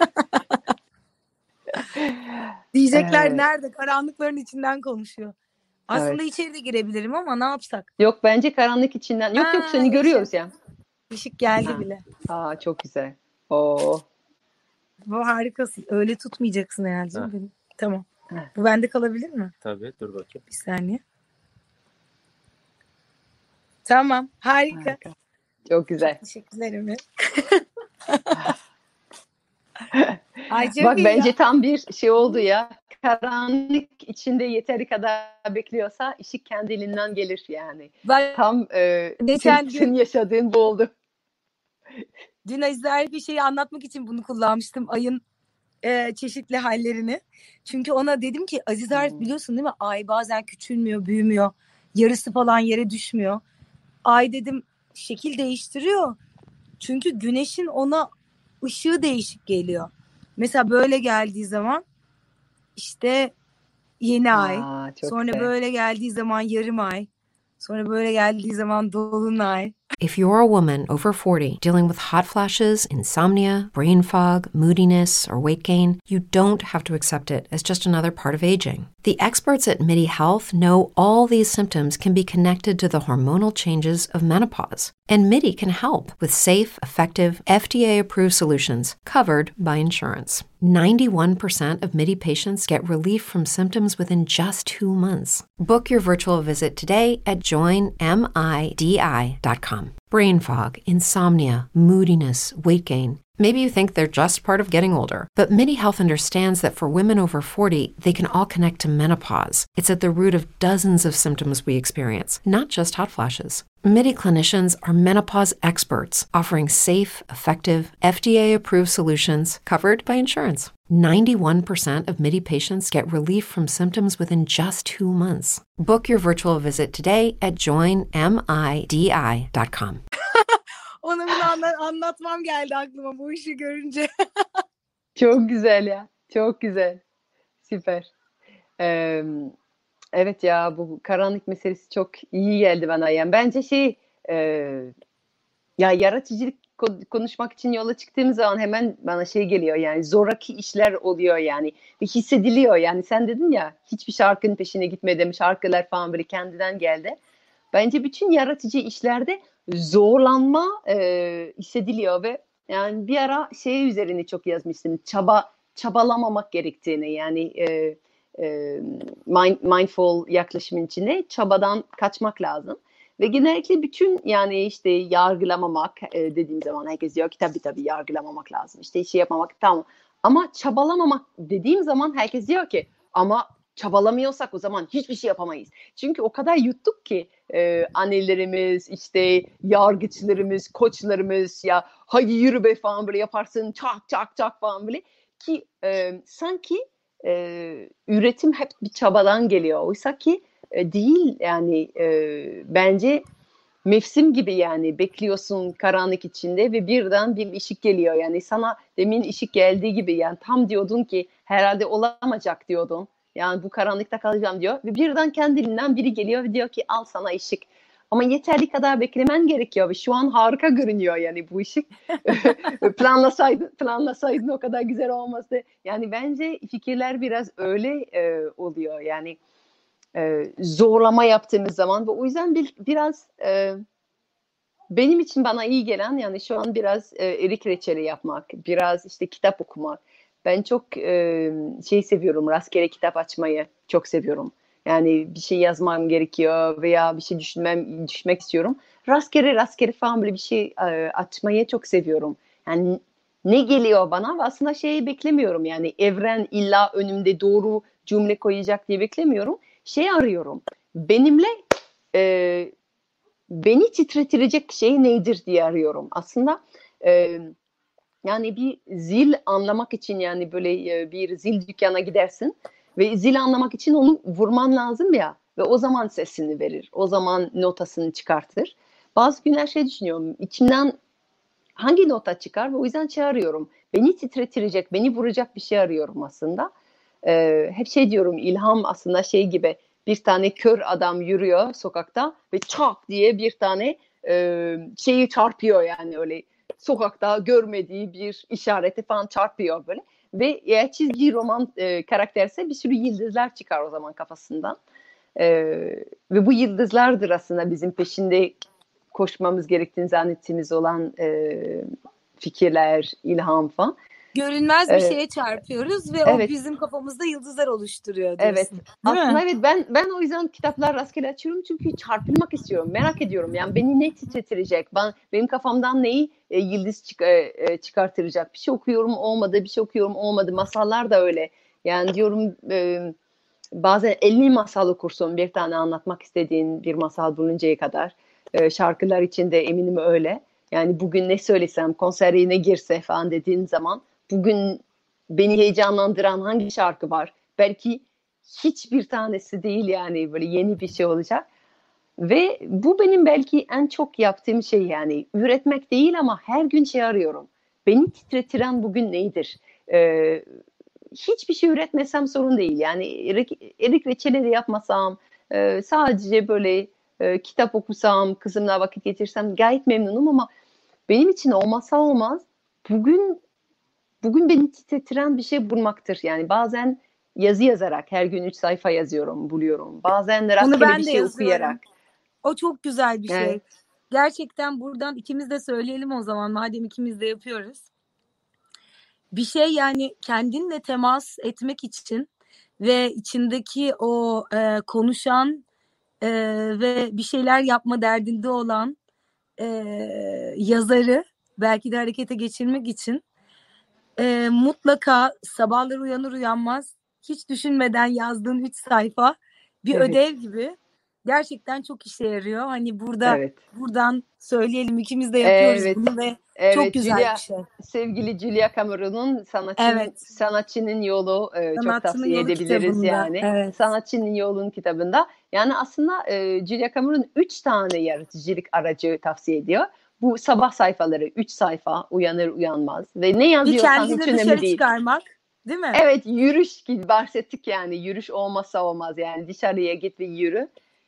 Diyecekler Evet. nerede? Karanlıkların içinden konuşuyor. Aslında Evet. içeri de girebilirim ama ne yapsak? Yok, bence karanlık içinden. Yok yok, Ha, seni görüyoruz ya. Işık geldi Ha. bile. Aa, çok güzel. Oo. Bu harikasın. Öyle tutmayacaksın herhalde. Ha. Benim. Tamam. Ha. Bu bende kalabilir mi? Tabii, dur bakayım. Bir saniye. Tamam. Harika. Harika. Çok güzel. Teşekkürler Ömer. Ay çok Bak iyi bence ya. tam bir şey oldu ya. Karanlık içinde yeteri kadar bekliyorsa ışık kendiliğinden gelir yani. Ben Tam e, Geçen senin, gün- senin yaşadığın bu oldu. dün Aziz'e bir şeyi anlatmak için bunu kullanmıştım. Ayın e, çeşitli hallerini. Çünkü ona dedim ki Aziz Hmm. Arif biliyorsun değil mi? Ay bazen küçülmüyor, büyümüyor. Yarısı falan yere düşmüyor. Ay dedim şekil değiştiriyor. Çünkü güneşin ona ışığı değişik geliyor. Mesela böyle geldiği zaman işte yeni ay. Aa, çok Sonra güzel. böyle geldiği zaman yarım ay. Sonra böyle geldiği zaman dolunay. If you're a woman over forty dealing with hot flashes, insomnia, brain fog, moodiness, or weight gain, you don't have to accept it as just another part of aging. The experts at MIDI Health know all these symptoms can be connected to the hormonal changes of menopause. And MIDI can help with safe, effective, F D A-approved solutions covered by insurance. ninety-one percent of MIDI patients get relief from symptoms within just two months. Book your virtual visit today at join midi dot com. Brain fog, insomnia, moodiness, weight gain. Maybe you think they're just part of getting older, but MIDI Health understands that for women over forty, they can all connect to menopause. It's at the root of dozens of symptoms we experience, not just hot flashes. MIDI clinicians are menopause experts, offering safe, effective, F D A-approved solutions covered by insurance. ninety-one percent of MIDI patients get relief from symptoms within just two months. Book your virtual visit today at join midi dot com. Ona bunu anla- anlatmam geldi aklıma bu işi görünce. Çok güzel ya. Çok güzel. Süper. Ee, evet ya, bu karanlık meselesi çok iyi geldi bana. Yani bence şey e, ya yaratıcılık ko- konuşmak için yola çıktığım zaman hemen bana şey geliyor, yani zoraki işler oluyor yani ve hissediliyor. Yani sen dedin ya, hiçbir şarkının peşine gitmedim, şarkılar falan böyle kendinden geldi. Bence bütün yaratıcı işlerde zorlanma e, hissediliyor ve yani bir ara şey üzerine çok yazmıştım, çaba çabalamamak gerektiğini, yani e, e, mind, mindful yaklaşımın içinde çabadan kaçmak lazım. Ve genellikle bütün, yani işte yargılamamak e, dediğim zaman herkes diyor ki tabii tabii yargılamamak lazım, işte şey yapmamak, tamam, ama çabalamamak dediğim zaman herkes diyor ki ama çabalamıyorsak o zaman hiçbir şey yapamayız. Çünkü o kadar yuttuk ki e, annelerimiz, işte yargıçlarımız, koçlarımız, ya hadi yürü be falan böyle yaparsın, çak çak çak falan böyle ki e, sanki e, üretim hep bir çabadan geliyor. Oysa ki e, değil yani, e, bence mevsim gibi, yani bekliyorsun karanlık içinde ve birden bir ışık geliyor. Yani sana demin ışık geldiği gibi, yani tam diyordun ki herhalde olamayacak diyordun. Yani bu karanlıkta kalacağım diyor ve birden kendiliğinden biri geliyor ve diyor ki al sana ışık. Ama yeterli kadar beklemen gerekiyor ve şu an harika görünüyor yani bu ışık. planlasaydın, planlasaydın o kadar güzel olmazdı. Yani bence fikirler biraz öyle e, oluyor. Yani e, zorlama yaptığımız zaman ve o yüzden bir, biraz e, benim için bana iyi gelen yani şu an biraz e, erik reçeli yapmak, biraz işte kitap okumak. Ben çok e, şey seviyorum, rastgele kitap açmayı çok seviyorum. Yani bir şey yazmam gerekiyor veya bir şey düşünmem, düşünmek istiyorum. Rastgele rastgele falan böyle bir şey e, açmayı çok seviyorum. Yani ne geliyor bana ve aslında şeyi beklemiyorum. Yani evren illa önümde doğru cümle koyacak diye beklemiyorum. Şey arıyorum. Benimle e, beni titretecek şey nedir diye arıyorum. Aslında e, yani bir zil anlamak için yani böyle e, bir zil dükkana gidersin ve zil anlamak için onu vurman lazım ya ve o zaman sesini verir. O zaman notasını çıkartır. Bazı günler şey düşünüyorum. İçimden hangi nota çıkar ve o yüzden şey arıyorum. Beni titrettirecek, beni vuracak bir şey arıyorum aslında. Ee, hep şey diyorum ilham aslında şey gibi bir tane kör adam yürüyor sokakta ve çak diye bir tane e, şeyi çarpıyor yani öyle sokakta görmediği bir işareti falan çarpıyor böyle. Ve eğer çizgi roman e, karakterse bir sürü yıldızlar çıkar o zaman kafasından. E, ve bu yıldızlardır aslında bizim peşinde koşmamız gerektiğini zannettiğimiz olan e, fikirler, ilham falan. Görünmez bir E, şeye çarpıyoruz ve evet. o bizim kafamızda yıldızlar oluşturuyor Evet. diyorsun. Değil Aslında mi? evet ben ben o yüzden kitaplar rastgele açıyorum çünkü çarpılmak istiyorum. Merak ediyorum. Yani beni ne titrettirecek? Ben benim kafamdan neyi e, yıldız çık, e, e, çıkartacak? Bir şey okuyorum olmadı, bir şey okuyorum olmadı. Masallar da öyle. Yani diyorum e, bazen elli masal okursun bir tane anlatmak istediğin bir masal buluncaya kadar. E, şarkılar için de eminim öyle. Yani bugün ne söylesem, konsere ne girse falan dediğin zaman bugün beni heyecanlandıran hangi şarkı var? Belki hiçbir tanesi değil yani böyle yeni bir şey olacak. Ve bu benim belki en çok yaptığım şey yani üretmek değil ama her gün şey arıyorum. Beni titretiren bugün nedir? Ee, hiçbir şey üretmesem sorun değil. Yani erik, erik reçeli de yapmasam, e, sadece böyle e, kitap okusam, kızımla vakit geçirsem gayet memnunum ama benim için olmazsa olmaz. Bugün bugün beni titretiren bir şey bulmaktır. Yani bazen yazı yazarak her gün üç sayfa yazıyorum, buluyorum. Bazen de Bunu rastgele bir ben de şey okuyarak. yazıyorum. O çok güzel bir şey. Evet. Gerçekten buradan ikimiz de söyleyelim o zaman madem ikimiz de yapıyoruz. Bir şey yani kendinle temas etmek için ve içindeki o e, konuşan e, ve bir şeyler yapma derdinde olan e, yazarı belki de harekete geçirmek için e, mutlaka sabahları uyanır uyanmaz hiç düşünmeden yazdığın üç sayfa bir Evet. ödev gibi gerçekten çok işe yarıyor. Hani burada Evet. buradan söyleyelim ikimiz de yapıyoruz Evet. bunu ve çok Evet, güzel Julia, bir şey. sevgili Julia Cameron'un sanatçının Evet. sanatçının yolu e, çok Sanatçının tavsiye Yolu edebiliriz kitabında. yani. Evet. Sanatçının Yolun kitabında. Yani aslında e, Julia Cameron üç tane yaratıcılık aracı tavsiye ediyor. Bu sabah sayfaları üç sayfa uyanır uyanmaz ve ne Bir yazıyorsan hiç kendini önemli dışarı değil. çıkarmak, değil mi? Evet, yürüyüş gibi bahsettik yani yürüyüş olmazsa olmaz yani dışarıya git ve yürü.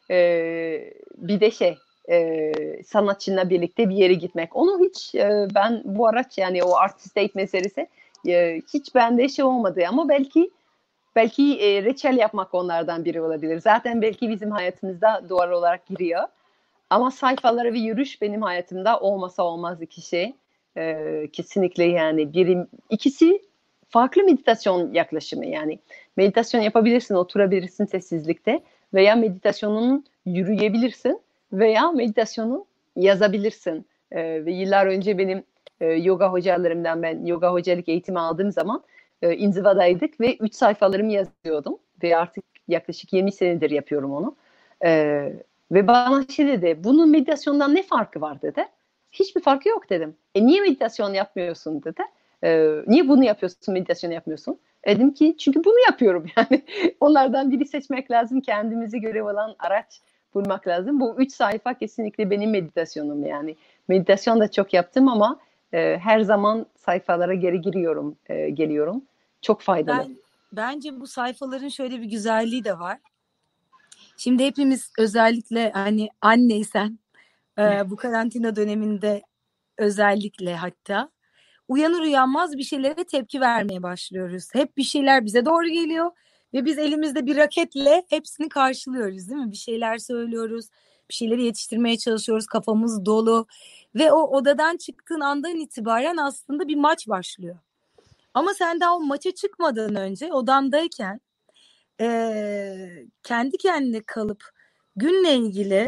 Ee, bir de şey e, sanatçıyla birlikte bir yere gitmek. Onu hiç e, ben bu araç yani o artist date meselesi e, hiç bende şey olmadı ama belki belki e, reçel yapmak onlardan biri olabilir. Zaten belki bizim hayatımızda doğal olarak giriyor. Ama sayfaları ve yürüyüş benim hayatımda olmasa olmaz iki şey. Ee, kesinlikle yani birim ikisi farklı meditasyon yaklaşımı yani meditasyon yapabilirsin, oturabilirsin sessizlikte veya meditasyonun yürüyebilirsin veya meditasyonu yazabilirsin. Ee, ve yıllar önce benim e, yoga hocalarımdan ben yoga hocalık eğitimi aldığım zaman e, inzivadaydık ve üç sayfalarımı yazıyordum ve artık yaklaşık yirmi senedir yapıyorum onu. Ee, ve bana şey dedi, bunun meditasyondan ne farkı var dedi. Hiçbir farkı yok dedim. E niye meditasyon yapmıyorsun dedi. E, niye bunu yapıyorsun, meditasyon yapmıyorsun? E, dedim ki çünkü bunu yapıyorum yani. Onlardan biri seçmek lazım. Kendimize göre olan araç bulmak lazım. Bu üç sayfa kesinlikle benim meditasyonum yani. Meditasyon da çok yaptım ama e, her zaman sayfalara geri giriyorum, e, geliyorum. Çok faydalı. Ben, bence bu sayfaların şöyle bir güzelliği de var. Şimdi hepimiz özellikle hani anneysen e, bu karantina döneminde özellikle hatta uyanır uyanmaz bir şeylere tepki vermeye başlıyoruz. Hep bir şeyler bize doğru geliyor ve biz elimizde bir raketle hepsini karşılıyoruz, değil mi? Bir şeyler söylüyoruz, bir şeyleri yetiştirmeye çalışıyoruz, kafamız dolu ve o odadan çıktığın andan itibaren aslında bir maç başlıyor. Ama sen daha o maça çıkmadan önce odandayken eee, kendi kendine kalıp günle ilgili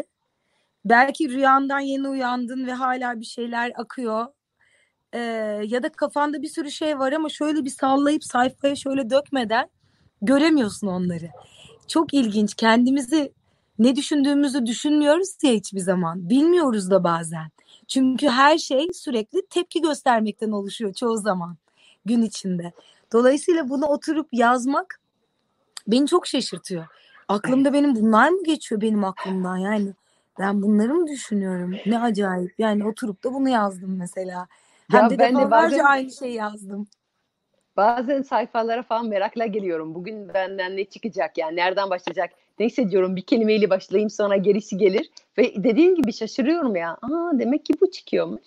belki rüyandan yeni uyandın ve hala bir şeyler akıyor. Ee, ya da kafanda bir sürü şey var ama şöyle bir sallayıp sayfaya şöyle dökmeden göremiyorsun onları. Çok ilginç. Kendimizi ne düşündüğümüzü düşünmüyoruz ya hiçbir zaman. Bilmiyoruz da bazen. Çünkü her şey sürekli tepki göstermekten oluşuyor çoğu zaman gün içinde. Dolayısıyla bunu oturup yazmak beni çok şaşırtıyor. Aklımda benim bunlar mı geçiyor benim aklımdan yani? Ben bunları mı düşünüyorum? Ne acayip. Yani oturup da bunu yazdım mesela. Hem Ya de ben de defalarca bazen aynı şeyi yazdım. bazen sayfalara falan merakla geliyorum. Bugün benden ne çıkacak yani nereden başlayacak? Neyse diyorum bir kelimeyle başlayayım sonra gerisi gelir. Ve dediğim gibi şaşırıyorum ya. Aa demek ki bu çıkıyormuş.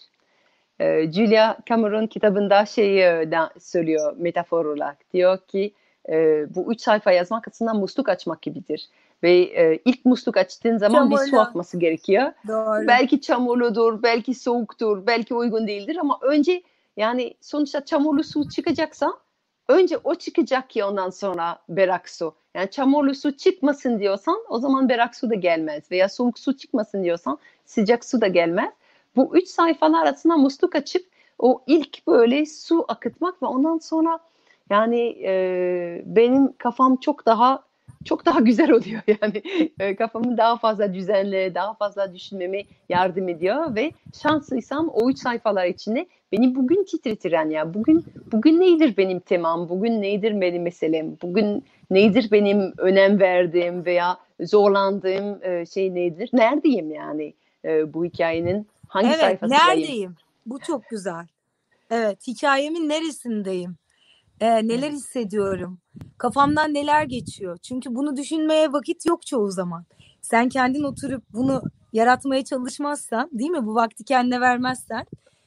Ee, Julia Cameron kitabında şeyi e, da söylüyor metafor olarak. Diyor ki e, bu üç sayfa yazmak aslında musluk açmak gibidir. Ve e, ilk musluk açtığın zaman bir su Çamurlu. akması gerekiyor. Doğru. Belki çamurludur, belki soğuktur, belki uygun değildir ama önce yani sonuçta çamurlu su çıkacaksa önce o çıkacak ki ondan sonra berrak su. Yani çamurlu su çıkmasın diyorsan o zaman berrak su da gelmez veya soğuk su çıkmasın diyorsan sıcak su da gelmez. Bu üç sayfalar arasında musluk açıp o ilk böyle su akıtmak ve ondan sonra yani e, benim kafam çok daha çok daha güzel oluyor yani e, kafamı daha fazla düzenli, daha fazla düşünmeme yardım ediyor ve şanslıysam o üç sayfalar içinde beni bugün titretiren ya bugün bugün nedir benim temam, bugün nedir benim meselem, bugün nedir benim önem verdiğim veya zorlandığım e, şey nedir, neredeyim yani e, bu hikayenin hangi Evet, sayfasındayım? neredeyim? Bu çok güzel. Evet, hikayemin neresindeyim? Ee, neler hissediyorum? Kafamdan neler geçiyor? Çünkü bunu düşünmeye vakit yok çoğu zaman. Sen kendin oturup bunu yaratmaya çalışmazsan, değil mi? Bu vakti kendine vermezsen,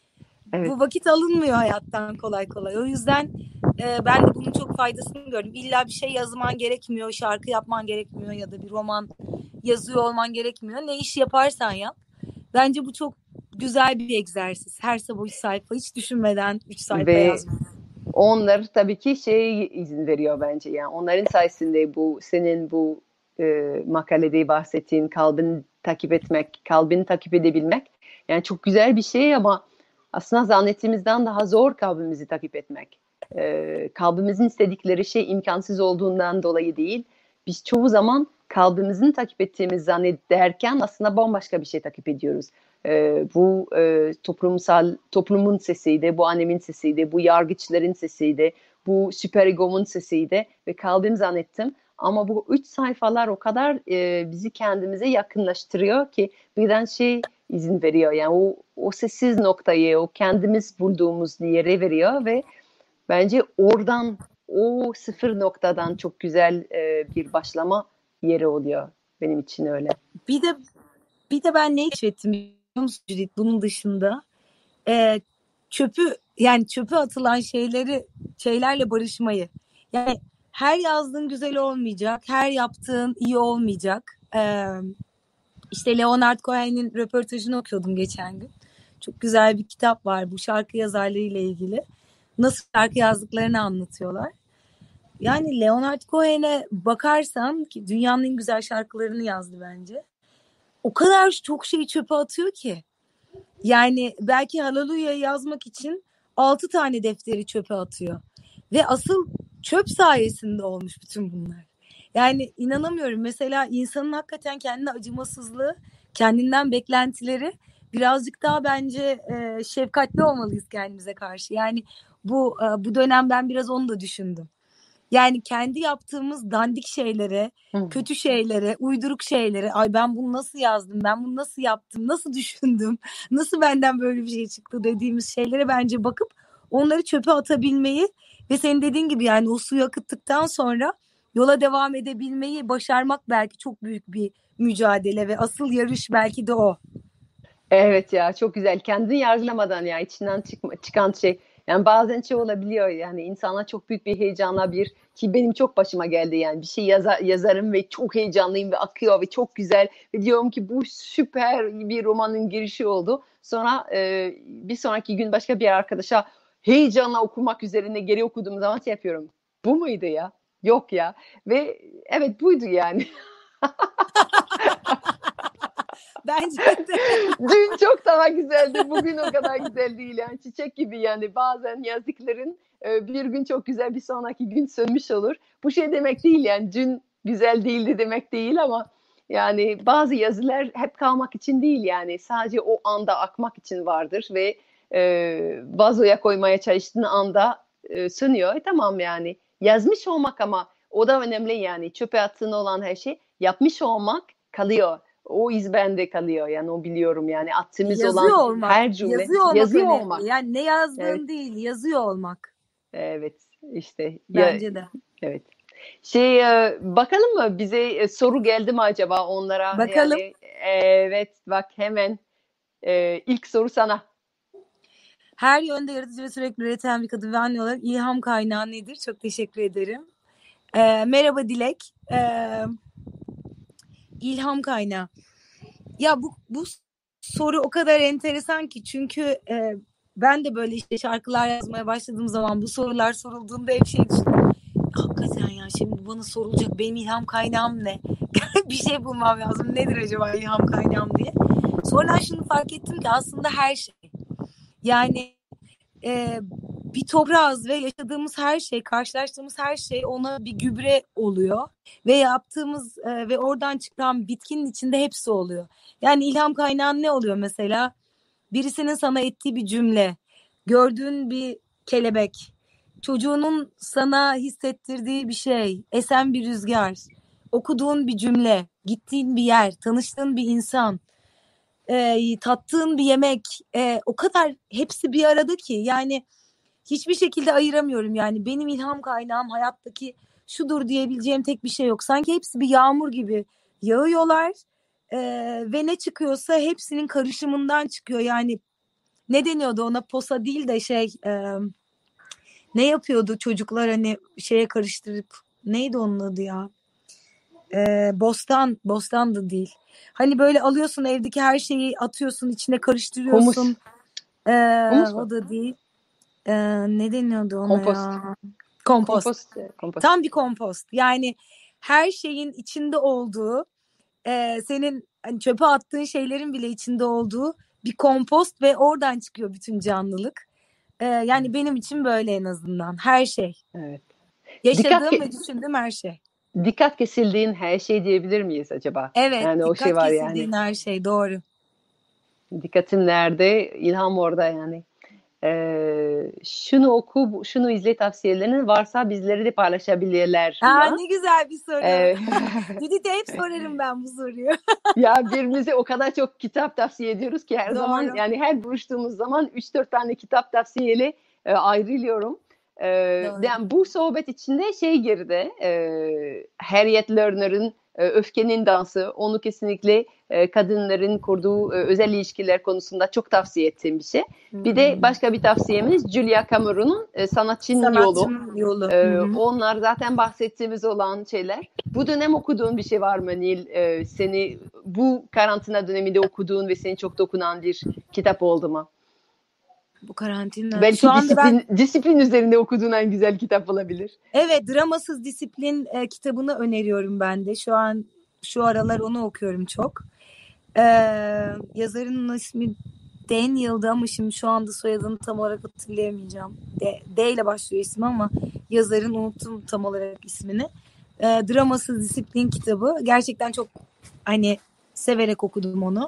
Evet. bu vakit alınmıyor hayattan kolay kolay. O yüzden e, ben de bunun çok faydasını gördüm. İlla bir şey yazman gerekmiyor, şarkı yapman gerekmiyor ya da bir roman yazıyor olman gerekmiyor. Ne iş yaparsan yap. Bence bu çok güzel bir egzersiz. Her sabah üç sayfa hiç düşünmeden üç sayfa Ve yazmak. onlar tabii ki şey izin veriyor bence yani onların sayesinde bu senin bu e, makalede bahsettiğin kalbini takip etmek, kalbini takip edebilmek yani çok güzel bir şey ama aslında zannettiğimizden daha zor kalbimizi takip etmek. E, kalbimizin istedikleri şey imkansız olduğundan dolayı değil. Biz çoğu zaman kalbimizin takip ettiğimiz zannederken aslında bambaşka bir şey takip ediyoruz. E, bu e, toplumsal toplumun sesiydi, bu annemin sesiydi, bu yargıçların sesiydi, bu süper egomun sesiydi ve kalbim zannettim. Ama bu üç sayfalar o kadar e, bizi kendimize yakınlaştırıyor ki birden şey izin veriyor. Yani o, o sessiz noktayı, o kendimiz bulduğumuz yere veriyor ve bence oradan o sıfır noktadan çok güzel e, bir başlama yeri oluyor. Benim için öyle. Bir de bir de ben ne keşfettim biliyor musun Judith? Bunun dışında e, çöpü yani çöpü atılan şeyleri şeylerle barışmayı. Yani her yazdığın güzel olmayacak, her yaptığın iyi olmayacak. Ee, işte Leonard Cohen'in röportajını okuyordum geçen gün. Çok güzel bir kitap var bu şarkı yazarları ile ilgili. Nasıl şarkı yazdıklarını anlatıyorlar. Yani Leonard Cohen'e bakarsan ki dünyanın en güzel şarkılarını yazdı bence. O kadar çok şeyi çöpe atıyor ki. Yani belki Hallelujah yazmak için altı tane defteri çöpe atıyor. Ve asıl çöp sayesinde olmuş bütün bunlar. Yani inanamıyorum. Mesela insanın hakikaten kendine acımasızlığı, kendinden beklentileri birazcık daha bence e, şefkatli olmalıyız kendimize karşı. Yani bu e, bu dönem ben biraz onu da düşündüm. Yani kendi yaptığımız dandik şeylere, Hı. kötü şeylere, uyduruk şeylere, ay ben bunu nasıl yazdım, ben bunu nasıl yaptım, nasıl düşündüm, nasıl benden böyle bir şey çıktı dediğimiz şeylere bence bakıp onları çöpe atabilmeyi ve senin dediğin gibi yani o suyu akıttıktan sonra yola devam edebilmeyi başarmak belki çok büyük bir mücadele ve asıl yarış belki de o. Evet ya, çok güzel. Kendini yargılamadan ya içinden çıkma, çıkan şey. Yani bazen şey olabiliyor, yani insanlar çok büyük bir heyecanla, bir ki benim çok başıma geldi, yani bir şey yaza, yazarım ve çok heyecanlıyım ve akıyor ve çok güzel ve diyorum ki bu süper bir romanın girişi oldu. Sonra e, bir sonraki gün başka bir arkadaşa heyecanla okumak üzerine geri okuduğum zaman şey yapıyorum. Bu muydu ya? Yok ya. Ve evet, buydu yani. Bence de. Dün çok daha güzeldi, bugün o kadar güzel değil. Yani çiçek gibi, yani bazen yazdıkların e, bir gün çok güzel, bir sonraki gün sönmüş olur. Bu şey demek değil, yani dün güzel değildi demek değil, ama yani bazı yazılar hep kalmak için değil, yani sadece o anda akmak için vardır ve e, vazoya koymaya çalıştığın anda e, sönüyor. E, tamam, yani yazmış olmak, ama o da önemli, yani çöpe attığın olan her şey yapmış olmak kalıyor. O iz bende kalıyor, yani o biliyorum, yani attığımız Yazıyor olan olmak, her cümle yazıyor olmak yazıyor önemli. olmak. Yani ne Evet, yazdığın değil, yazıyor olmak evet işte ya, bence de. evet. Şey, e, bakalım mı bize e, soru geldi mi acaba onlara, Bakalım. yani evet, bak hemen e, ilk soru sana. Her yönde yaratıcı ve sürekli üreten bir kadın ve anne olarak ilham kaynağı nedir? Çok teşekkür ederim. Ee, merhaba Dilek. Ee, ilham kaynağı. Ya bu bu soru o kadar enteresan ki, çünkü e, ben de böyle işte şarkılar yazmaya başladığım zaman bu sorular sorulduğunda hep şey düşünüyorum. Hakikaten ya, şimdi bana sorulacak benim ilham kaynağım ne? Bir şey bulmam lazım. Nedir acaba ilham kaynağım diye. Sonra şunu fark ettim ki aslında her şey. Yani e, bir toprağız ve yaşadığımız her şey, karşılaştığımız her şey ona bir gübre oluyor. Ve yaptığımız e, ve oradan çıkan bitkinin içinde hepsi oluyor. Yani ilham kaynağın ne oluyor mesela? Birisinin sana ettiği bir cümle, gördüğün bir kelebek, çocuğunun sana hissettirdiği bir şey, esen bir rüzgar, okuduğun bir cümle, gittiğin bir yer, tanıştığın bir insan, e, tattığın bir yemek, e, o kadar hepsi bir arada ki yani hiçbir şekilde ayıramıyorum. Yani benim ilham kaynağım hayattaki şudur diyebileceğim tek bir şey yok. Sanki hepsi bir yağmur gibi yağıyorlar e, ve ne çıkıyorsa hepsinin karışımından çıkıyor. Yani ne deniyordu ona, posa değil de şey e, ne yapıyordu çocuklar hani şeye karıştırıp, neydi onun adı ya? E, bostan, bostan da değil. Hani böyle alıyorsun evdeki her şeyi atıyorsun içine Humus. karıştırıyorsun. E, Humus o mu? da değil. E, ne deniyordu ona Kompost. ya? Kompost. Kompost. Kompost. Tam bir kompost. Yani her şeyin içinde olduğu, e, senin hani çöpe attığın şeylerin bile içinde olduğu bir kompost ve oradan çıkıyor bütün canlılık. E, yani benim için böyle, en azından her şey. Evet. Yaşadığım Dikkat ve düşündüğüm her şey. dikkat kesildiğin her şey diyebilir miyiz acaba? Evet, Yani o şey dikkat var yani. kesildiğin her şey, doğru. Dikkatin nerede? İlham orada yani. Ee, şunu oku, şunu izle tavsiyelerini varsa bizleri de paylaşabilirler Aa, mi? ne güzel bir soru. Ee, Judith'e hep sorarım ben bu soruyu. ya birbirimize o kadar çok kitap tavsiye ediyoruz ki her zaman, Doğru. yani her buluştuğumuz zaman üç dört tane kitap tavsiyeli e, ayrılıyorum. E, Doğru. yani bu sohbet içinde şey girdi, e, Harriet Lerner'ın e, Öfkenin Dansı, onu kesinlikle e, kadınların kurduğu e, özel ilişkiler konusunda çok tavsiye ettiğim bir şey. Bir de başka bir tavsiyemiz Julia Cameron'un e, Sanatçının Yolu. Sanatçının Yolu. E, Hı hı. onlar zaten bahsettiğimiz olan şeyler. Bu dönem okuduğun bir şey var mı Nil? E, seni bu karantina döneminde okuduğun ve seni çok dokunan bir kitap oldu mu? Bu karantina. Belki Şu anda disiplin, ben, disiplin üzerinde okuduğun en güzel kitap olabilir. evet, Dramasız Disiplin e, kitabını öneriyorum ben de. Şu an şu aralar onu okuyorum çok. E, yazarının ismi Daniel'dı ama şimdi şu anda soyadını tam olarak hatırlayamayacağım. D, D ile başlıyor ismi ama yazarın unuttum tam olarak ismini. E, Dramasız Disiplin kitabı. Gerçekten çok hani severek okudum onu.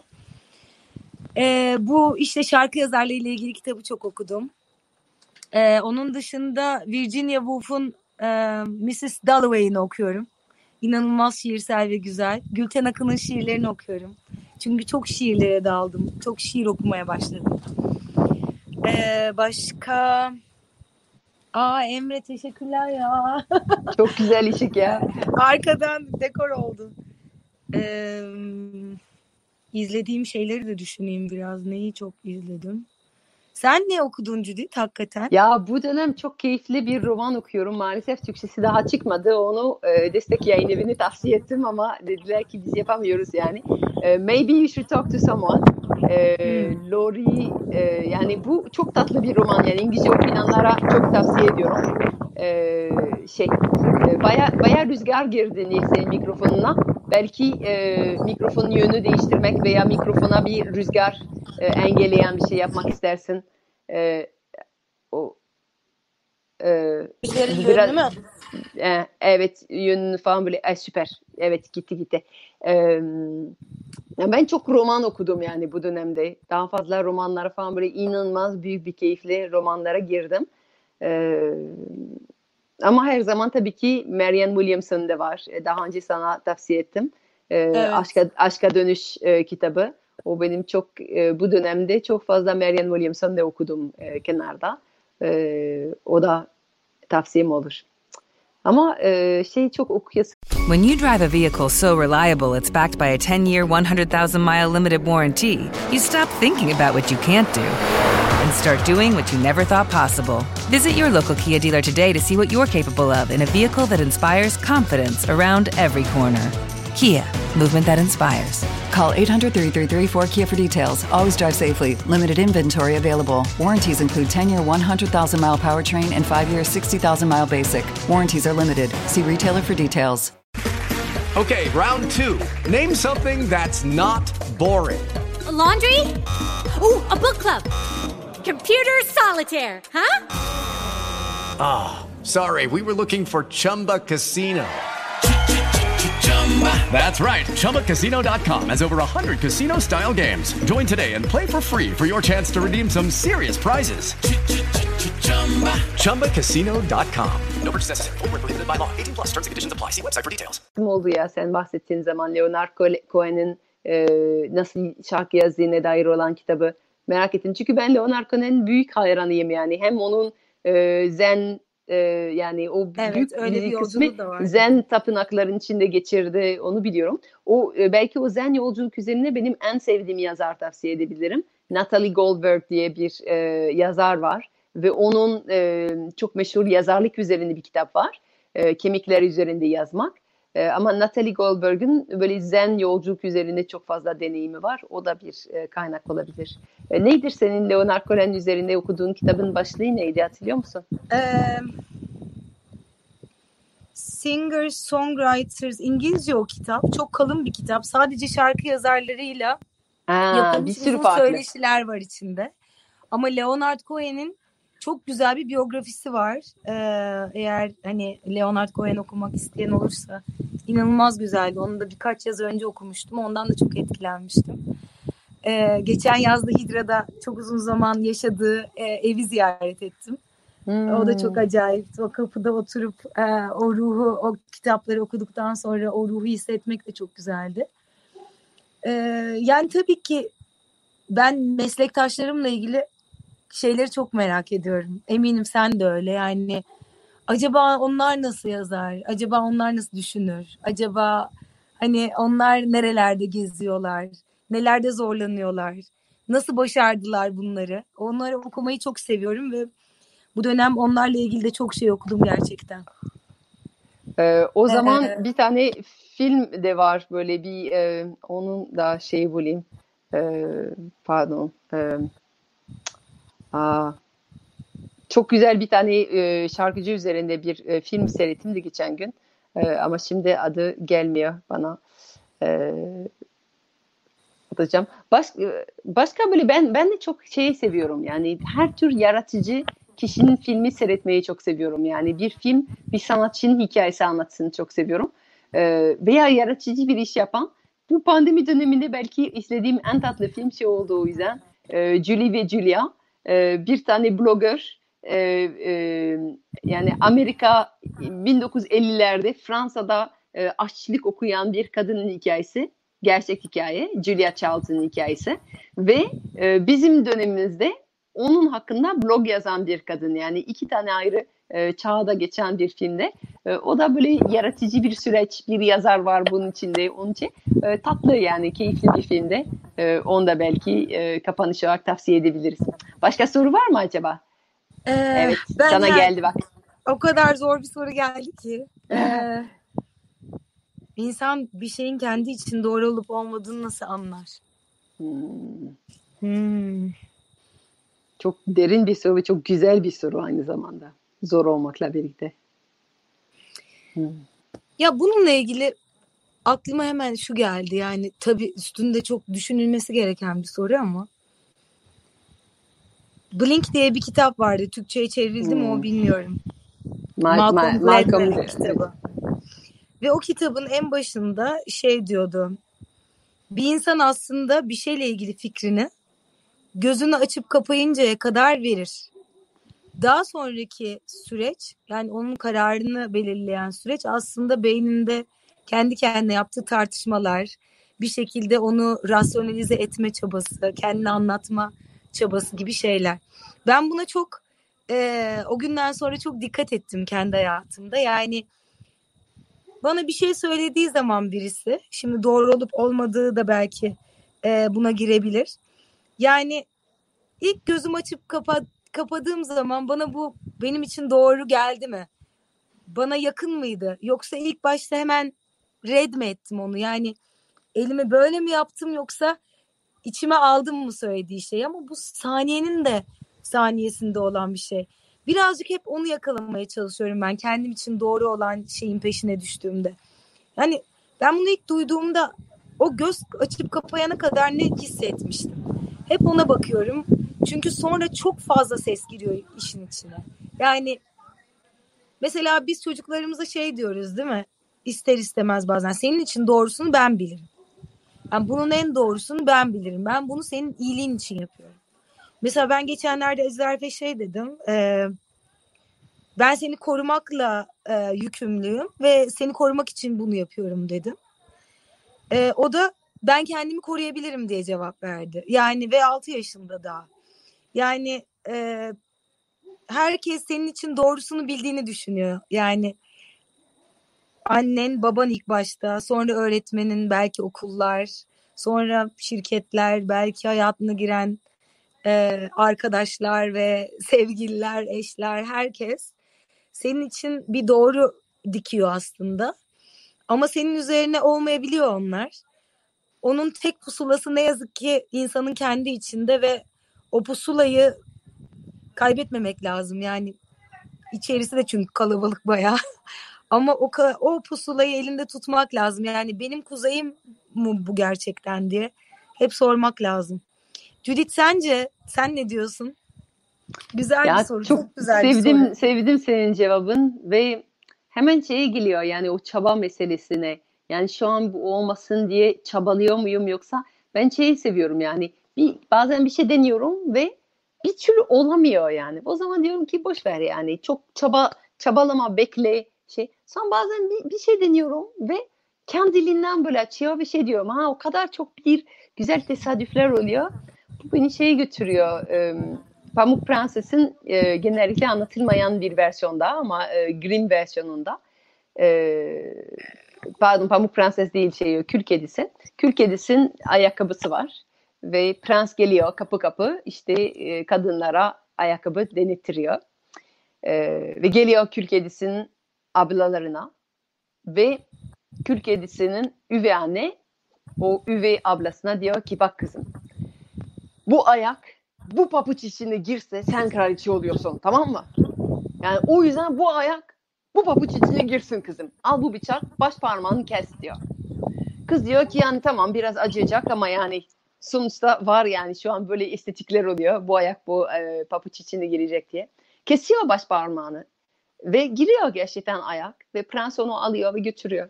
E, bu işte şarkı yazarlığı ile ilgili kitabı çok okudum. Ee, onun dışında Virginia Woolf'un e, missus Dalloway'ini okuyorum. İnanılmaz şiirsel ve güzel. Gülten Akın'ın şiirlerini okuyorum. Çünkü çok şiirlere daldım. Çok şiir okumaya başladım. Ee, başka Aa Emre teşekkürler ya. Çok güzel ışık ya. Arkadan dekor oldu. Ee, izlediğim şeyleri de düşüneyim biraz. Neyi çok izledim? Sen ne okudun Judith hakikaten? Ya bu dönem çok keyifli bir roman okuyorum. Maalesef Türkçesi daha çıkmadı. Onu e, Destek Yayın Evi'ni tavsiye ettim ama dediler ki biz yapamıyoruz yani. E, Maybe You Should Talk to Someone. E, Hmm. Lori, e, yani bu çok tatlı bir roman. Yani İngilizce okuyanlara çok tavsiye ediyorum. E, şey, e, baya, baya rüzgar girdi neyse mikrofonuna. Belki e, mikrofonun yönünü değiştirmek veya mikrofona bir rüzgar e, engelleyen bir şey yapmak istersin. E, o e, Rüzgarın bu biraz yönünü mü? e, evet yönünü falan böyle e, süper. Evet gitti gitti. E, ya ben çok roman okudum yani bu dönemde. Daha fazla romanlara falan böyle inanılmaz büyük bir keyifle romanlara girdim. E, ama her zaman tabii ki Marianne Williamson da var. E, Daha önce sana tavsiye ettim. E, Evet. Aşka, Aşka Dönüş e, kitabı. O benim çok e, bu dönemde çok fazla Marianne Williamson da okudum e, kenarda. E, o da tavsiyem olur. Ama e, şey çok okuyasın. When you drive a vehicle so reliable it's backed by a ten-year, one hundred thousand mile limited warranty, you stop thinking about what you can't do and start doing what you never thought possible. Visit your local Kia dealer today to see what you're capable of in a vehicle that inspires confidence around every corner. Kia, movement that inspires. Call eight hundred, three three three, four K I A for details. Always drive safely. Limited inventory available. Warranties include ten-year, one hundred thousand mile powertrain and five-year, sixty thousand mile basic. Warranties are limited. See retailer for details. Okay, round two. Name something that's not boring. A laundry? Ooh, a book club. Computer solitaire, huh? Ah, sorry, we were looking for Chumba Casino. That's right. Chumba Casino dot com has over one hundred casino-style games. Join today and play for free for your chance to redeem some serious prizes. Chumba Casino dot com. No purchase necessary. Void where prohibited by law. eighteen plus terms and conditions apply. See website for details. Oldu ya sen bahsettiğin zaman Leonard Cohen'in e, nasıl şarkı yazdığına dair olan kitabı merak ettim. Çünkü ben Leonard Cohen'in büyük hayranıyım yani. Hem onun e, zen e, yani o Evet, büyük öyle bir bir kısmı yolculuğu da var. zen tapınakların içinde geçirdi. Onu biliyorum. O e, belki o zen yolculuk üzerine benim en sevdiğim yazar tavsiye edebilirim. Natalie Goldberg diye bir e, yazar var. Ve onun e, çok meşhur yazarlık üzerinde bir kitap var. E, kemikler üzerinde yazmak. E, ama Natalie Goldberg'in böyle zen yolculuk üzerinde çok fazla deneyimi var. O da bir e, kaynak olabilir. E, neydir senin Leonard Cohen üzerinde okuduğun kitabın başlığı neydi hatırlıyor musun? Ee, Singers, Songwriters, İngilizce o kitap. Çok kalın bir kitap. Sadece şarkı yazarlarıyla Ha, bir yapılmış sürü uzun farklı. söyleşiler var içinde. Ama Leonard Cohen'in çok güzel bir biyografisi var. Ee, eğer hani Leonard Cohen okumak isteyen olursa inanılmaz güzeldi. Onu da birkaç yaz önce okumuştum. Ondan da çok etkilenmiştim. Ee, geçen yazda Hidra'da çok uzun zaman yaşadığı e, evi ziyaret ettim. Hmm. O da çok acayipti. O kapıda oturup e, o ruhu, o kitapları okuduktan sonra o ruhu hissetmek de çok güzeldi. Ee, yani tabii ki ben meslektaşlarımla ilgili şeyleri çok merak ediyorum. Eminim sen de öyle. Yani acaba onlar nasıl yazar? Acaba onlar nasıl düşünür? Acaba hani onlar nerelerde geziyorlar? Nelerde zorlanıyorlar? Nasıl başardılar bunları? Onları okumayı çok seviyorum ve bu dönem onlarla ilgili de çok şey okudum gerçekten. Ee, o zaman Ee, bir tane film de var böyle bir e, onun da şeyi bulayım. Ee, pardon. Ee, aa, çok güzel bir tane e, şarkıcı üzerinde bir e, film seyrettim de geçen gün. E, ama şimdi adı gelmiyor bana. E, atacağım. Baş, başka böyle ben ben de çok şeyi seviyorum. Yani her tür yaratıcı kişinin filmi seyretmeyi çok seviyorum. Yani bir film bir sanatçının hikayesi anlatsın çok seviyorum. E, veya yaratıcı bir iş yapan. Bu pandemi döneminde belki izlediğim en tatlı film şey oldu o yüzden. E, Julie ve Julia. E, bir tane blogger. E, e, yani Amerika bin dokuz yüz ellilerde Fransa'da e, aşçılık okuyan bir kadının hikayesi. Gerçek hikaye. Julia Child'ın hikayesi. Ve e, bizim dönemimizde onun hakkında blog yazan bir kadın. Yani iki tane ayrı e, çağda geçen bir filmde. E, o da böyle yaratıcı bir süreç, bir yazar var bunun içinde. Onun için e, tatlı yani keyifli bir filmde. E, onu da belki e, kapanış olarak tavsiye edebiliriz. Başka soru var mı acaba? Ee, Evet, ben sana yani, geldi bak. o kadar zor bir soru geldi ki. Ee, insan bir şeyin kendi için doğru olup olmadığını nasıl anlar? Hmm. Hmm. Çok derin bir soru ve çok güzel bir soru aynı zamanda. Zor olmakla birlikte. Hmm. Ya bununla ilgili aklıma hemen şu geldi. Yani tabii üstünde çok düşünülmesi gereken bir soru ama Blink diye bir kitap vardı. Türkçe'ye çevrildi mi o Hmm. bilmiyorum. Ma- Malcolm Ma- Gladwell'in Malcolm- kitabı. Ve o kitabın en başında şey diyordu. Bir insan aslında bir şeyle ilgili fikrini gözünü açıp kapayıncaya kadar verir. Daha sonraki süreç, yani onun kararını belirleyen süreç aslında beyninde kendi kendine yaptığı tartışmalar, bir şekilde onu rasyonalize etme çabası, kendini anlatma çabası gibi şeyler. Ben buna çok e, o günden sonra çok dikkat ettim kendi hayatımda. Yani bana bir şey söylediği zaman birisi, şimdi doğru olup olmadığı da belki e, buna girebilir. Yani ilk gözüm açıp kapa, kapadığım zaman bana bu benim için doğru geldi mi? Bana yakın mıydı? Yoksa ilk başta hemen red mi ettim onu? Yani elimi böyle mi yaptım yoksa içime aldım mı söylediği şey? Ama bu saniyenin de saniyesinde olan bir şey. Birazcık hep onu yakalamaya çalışıyorum ben kendim için doğru olan şeyin peşine düştüğümde. Yani ben bunu ilk duyduğumda o göz açıp kapayana kadar ne hissetmiştim? Hep ona bakıyorum. Çünkü sonra çok fazla ses giriyor işin içine. Yani mesela biz çocuklarımıza şey diyoruz değil mi? İster istemez bazen senin için doğrusunu ben bilirim. Yani bunun en doğrusunu ben bilirim. Ben bunu senin iyiliğin için yapıyorum. Mesela ben geçenlerde Ezra'ya şey dedim. E, ben seni korumakla e, yükümlüyüm ve seni korumak için bunu yapıyorum dedim. E, o da ben kendimi koruyabilirim diye cevap verdi. Yani ve altı yaşında daha. Yani e, herkes senin için doğrusunu bildiğini düşünüyor. Yani annen, baban ilk başta, sonra öğretmenin, belki okullar, sonra şirketler, belki hayatına giren e, arkadaşlar ve sevgililer, eşler, herkes senin için bir doğru dikiyor aslında. Ama senin üzerine olmayabiliyor onlar. Onun tek pusulası ne yazık ki insanın kendi içinde ve o pusulayı kaybetmemek lazım. Yani içerisi de çünkü kalabalık bayağı. Ama o, o pusulayı elinde tutmak lazım. Yani benim kuzeyim mu bu gerçekten diye hep sormak lazım. Judith sence sen ne diyorsun? Güzel Ya bir soru. çok, Çok güzel sevdim, bir soru. sevdim senin cevabın ve hemen şeye geliyor yani o çaba meselesine. Yani şu an bu olmasın diye çabalıyor muyum yoksa ben şeyi seviyorum yani bir bazen bir şey deniyorum ve bir türlü olamıyor yani. O zaman diyorum ki boş ver yani çok çaba çabalama bekle şey. Sonra bazen bir, bir şey deniyorum ve kendiliğinden böyle açıyor ve şey diyorum ha o kadar çok bir güzel tesadüfler oluyor. Bu beni şeye götürüyor. E, Pamuk Prenses'in e, genellikle anlatılmayan bir versiyonda ama e, Grimm versiyonunda e, pardon Pamuk Prenses değil şey Kül Kedisi. Kül Kedisi'nin ayakkabısı var ve prens geliyor kapı kapı işte e, kadınlara ayakkabı denettiriyor. E, ve geliyor Kül Kedisi'nin ablalarına ve Kül Kedisi'nin üvey anne o üvey ablasına diyor ki bak kızım bu ayak bu papuç içine girse sen kraliçe oluyorsun tamam mı? Yani o yüzden bu ayak bu papuç içine girsin kızım. Al bu bıçak baş parmağını kes diyor. Kız diyor ki yani tamam biraz acıyacak ama yani sonuçta var yani şu an böyle estetikler oluyor. Bu ayak bu e, papuç içine girecek diye. Kesiyor baş parmağını ve giriyor gerçekten ayak ve prens onu alıyor ve götürüyor.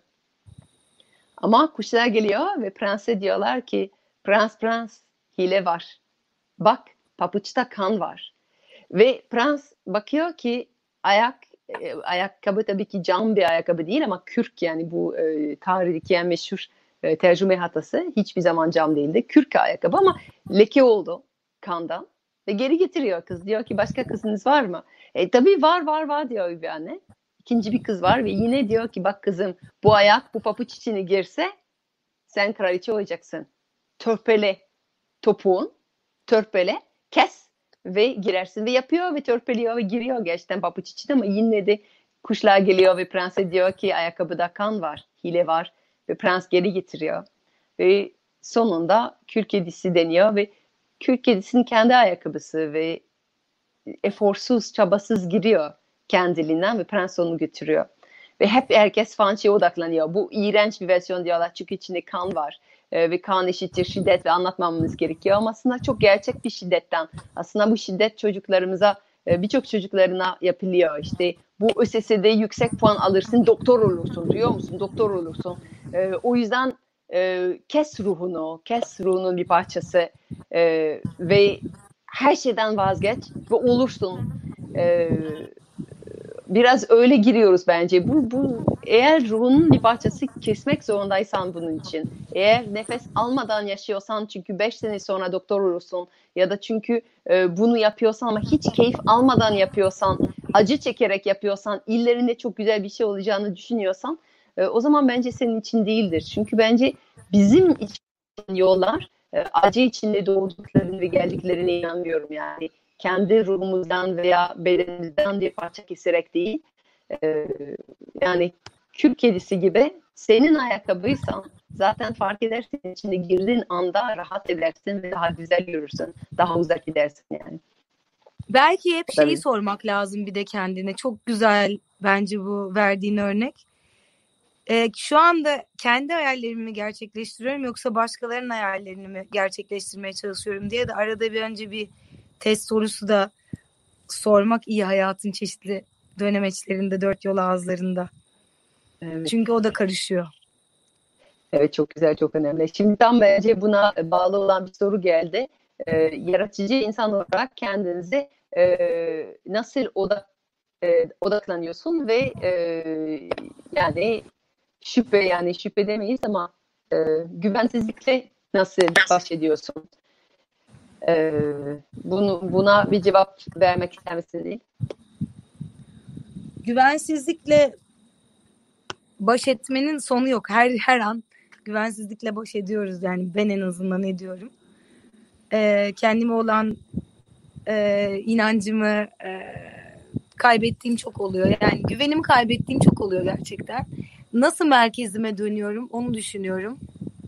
Ama kuşlar geliyor ve prense diyorlar ki prens prens hile var. Bak papuçta kan var. Ve prens bakıyor ki ayak e, ayakkabı tabii ki cam bir ayakkabı değil ama kürk yani bu e, tarihteki en meşhur e, tercüme hatası hiçbir zaman cam değildi. Kürk ayakkabı ama leke oldu kandan Ve geri getiriyor kız. Diyor ki başka kızınız var mı? E tabii var var var diyor üvey anne. İkinci bir kız var ve yine diyor ki bak kızım bu ayak bu papuç içine girse sen kraliçe olacaksın. Törpele topuğun, törpele, kes ve girersin. Ve yapıyor ve törpeliyor ve giriyor gerçekten papuç içine ama yine de kuşlar geliyor ve prense diyor ki ayakkabıda kan var, hile var ve prens geri getiriyor. Ve sonunda kül kedisi deniyor ve kül kedisinin kendi ayakkabısı ve eforsuz, çabasız giriyor kendiliğinden ve prens onu götürüyor. Ve hep herkes falan şeye odaklanıyor. Bu iğrenç bir versiyon diyorlar çünkü içinde kan var. Ee, ve kan eşittir şiddet ve anlatmamamız gerekiyor. Ama aslında çok gerçek bir şiddetten. Aslında bu şiddet çocuklarımıza, e, birçok çocuklarına yapılıyor. İşte bu ÖSS'de yüksek puan alırsın, doktor olursun diyor musun? Doktor olursun. Ee, o yüzden e, kes ruhunu, kes ruhunun bir parçası e, ve her şeyden vazgeç ve olursun. Ee, biraz öyle giriyoruz bence. Bu, bu eğer ruhunun bir parçası kesmek zorundaysan bunun için. Eğer nefes almadan yaşıyorsan çünkü beş sene sonra doktor olursun ya da çünkü e, bunu yapıyorsan ama hiç keyif almadan yapıyorsan, acı çekerek yapıyorsan, illerinde çok güzel bir şey olacağını düşünüyorsan e, o zaman bence senin için değildir. Çünkü bence bizim için yollar e, acı içinde doğduklarını ve geldiklerine inanmıyorum yani. Kendi ruhumuzdan veya bedenimizden bir parça keserek değil. Ee, yani kül kedisi gibi senin ayakkabıysan zaten fark edersin içinde girdiğin anda rahat edersin ve daha güzel yürürsün. Daha uzak gidersin yani. Belki hep şeyi Tabii. sormak lazım bir de kendine. Çok güzel bence bu verdiğin örnek. Ee, şu anda kendi hayallerimi mi gerçekleştiriyorum yoksa başkalarının hayallerini mi gerçekleştirmeye çalışıyorum diye de arada bir önce bir test sorusu da sormak iyi hayatın çeşitli dönemeçlerinde, dört yol ağızlarında. Evet. Çünkü o da karışıyor. Evet çok güzel, çok önemli. Şimdi tam bence buna bağlı olan bir soru geldi. Ee, yaratıcı insan olarak kendinize e, nasıl odak, e, odaklanıyorsun ve e, yani şüphe yani şüphe demeyiz ama e, güvensizlikle nasıl baş ediyorsun? Ee, bunu, buna bir cevap vermek ister misin değil? Güvensizlikle baş etmenin sonu yok. Her her an güvensizlikle baş ediyoruz. Yani ben en azından ediyorum. Ee, kendime olan e, inancımı e, kaybettiğim çok oluyor. Yani güvenimi kaybettiğim çok oluyor gerçekten. Nasıl merkezime dönüyorum onu düşünüyorum.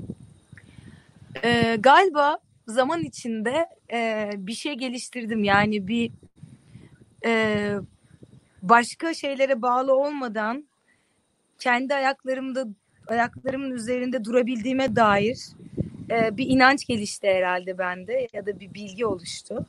Ee, galiba zaman içinde e, bir şey geliştirdim. Yani bir e, başka şeylere bağlı olmadan kendi ayaklarımda ayaklarımın üzerinde durabildiğime dair e, bir inanç gelişti herhalde bende ya da bir bilgi oluştu.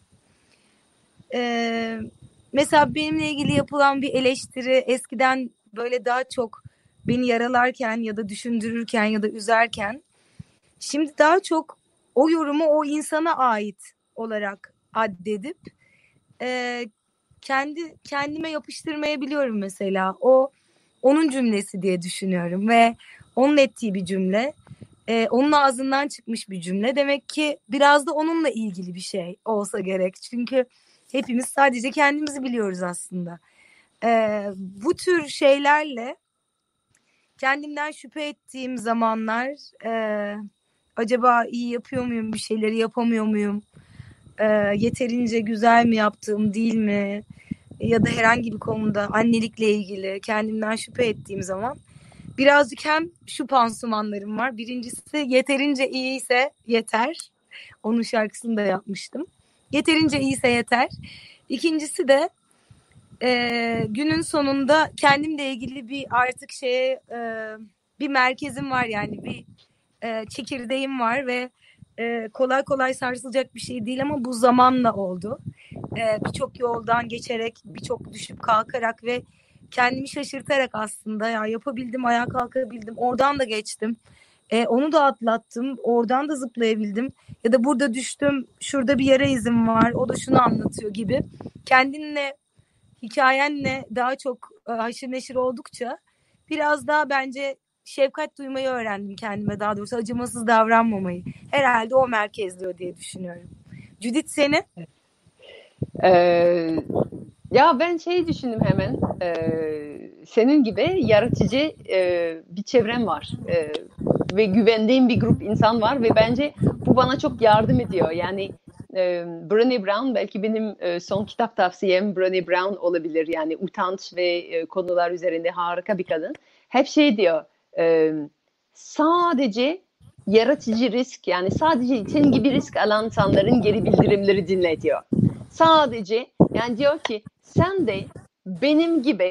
E, mesela benimle ilgili yapılan bir eleştiri eskiden böyle daha çok beni yaralarken ya da düşündürürken ya da üzerken şimdi daha çok o yorumu o insana ait olarak addedip e, kendi kendime yapıştırmayabiliyorum mesela. O onun cümlesi diye düşünüyorum ve onun ettiği bir cümle, e, onun ağzından çıkmış bir cümle. Demek ki biraz da onunla ilgili bir şey olsa gerek. Çünkü hepimiz sadece kendimizi biliyoruz aslında. E, bu tür şeylerle kendimden şüphe ettiğim zamanlar e, acaba iyi yapıyor muyum, bir şeyleri yapamıyor muyum? E, yeterince güzel mi yaptığım değil mi? Ya da herhangi bir konuda annelikle ilgili kendimden şüphe ettiğim zaman birazcık hem şu pansumanlarım var. Birincisi yeterince iyiyse yeter. Onun şarkısını da yapmıştım. Yeterince iyiyse yeter. İkincisi de e, günün sonunda kendimle ilgili bir artık şeye e, bir merkezim var yani bir e, çekirdeğim var ve e, kolay kolay sarsılacak bir şey değil ama bu zamanla oldu. E, birçok yoldan geçerek, birçok düşüp kalkarak ve kendimi şaşırtarak aslında ya yapabildim, ayağa kalkabildim, oradan da geçtim. E, onu da atlattım, oradan da zıplayabildim. Ya da burada düştüm, şurada bir yara izim var, o da şunu anlatıyor gibi. Kendinle, hikayenle daha çok e, haşır neşir oldukça biraz daha bence şefkat duymayı öğrendim kendime, daha doğrusu acımasız davranmamayı. Herhalde o merkezliyor diye düşünüyorum. Judith senin? Ee, ya ben şey düşündüm hemen. Ee, senin gibi yaratıcı e, bir çevrem var. Ee, ve güvendiğim bir grup insan var ve bence bu bana çok yardım ediyor. Yani e, Brené Brown belki benim e, son kitap tavsiyem Brené Brown olabilir. Yani utanç ve e, konular üzerinde harika bir kadın. Hep şey diyor. E, sadece yaratıcı risk, yani sadece senin gibi risk alan insanların geri bildirimleri dinle diyor. Sadece yani diyor ki sen de benim gibi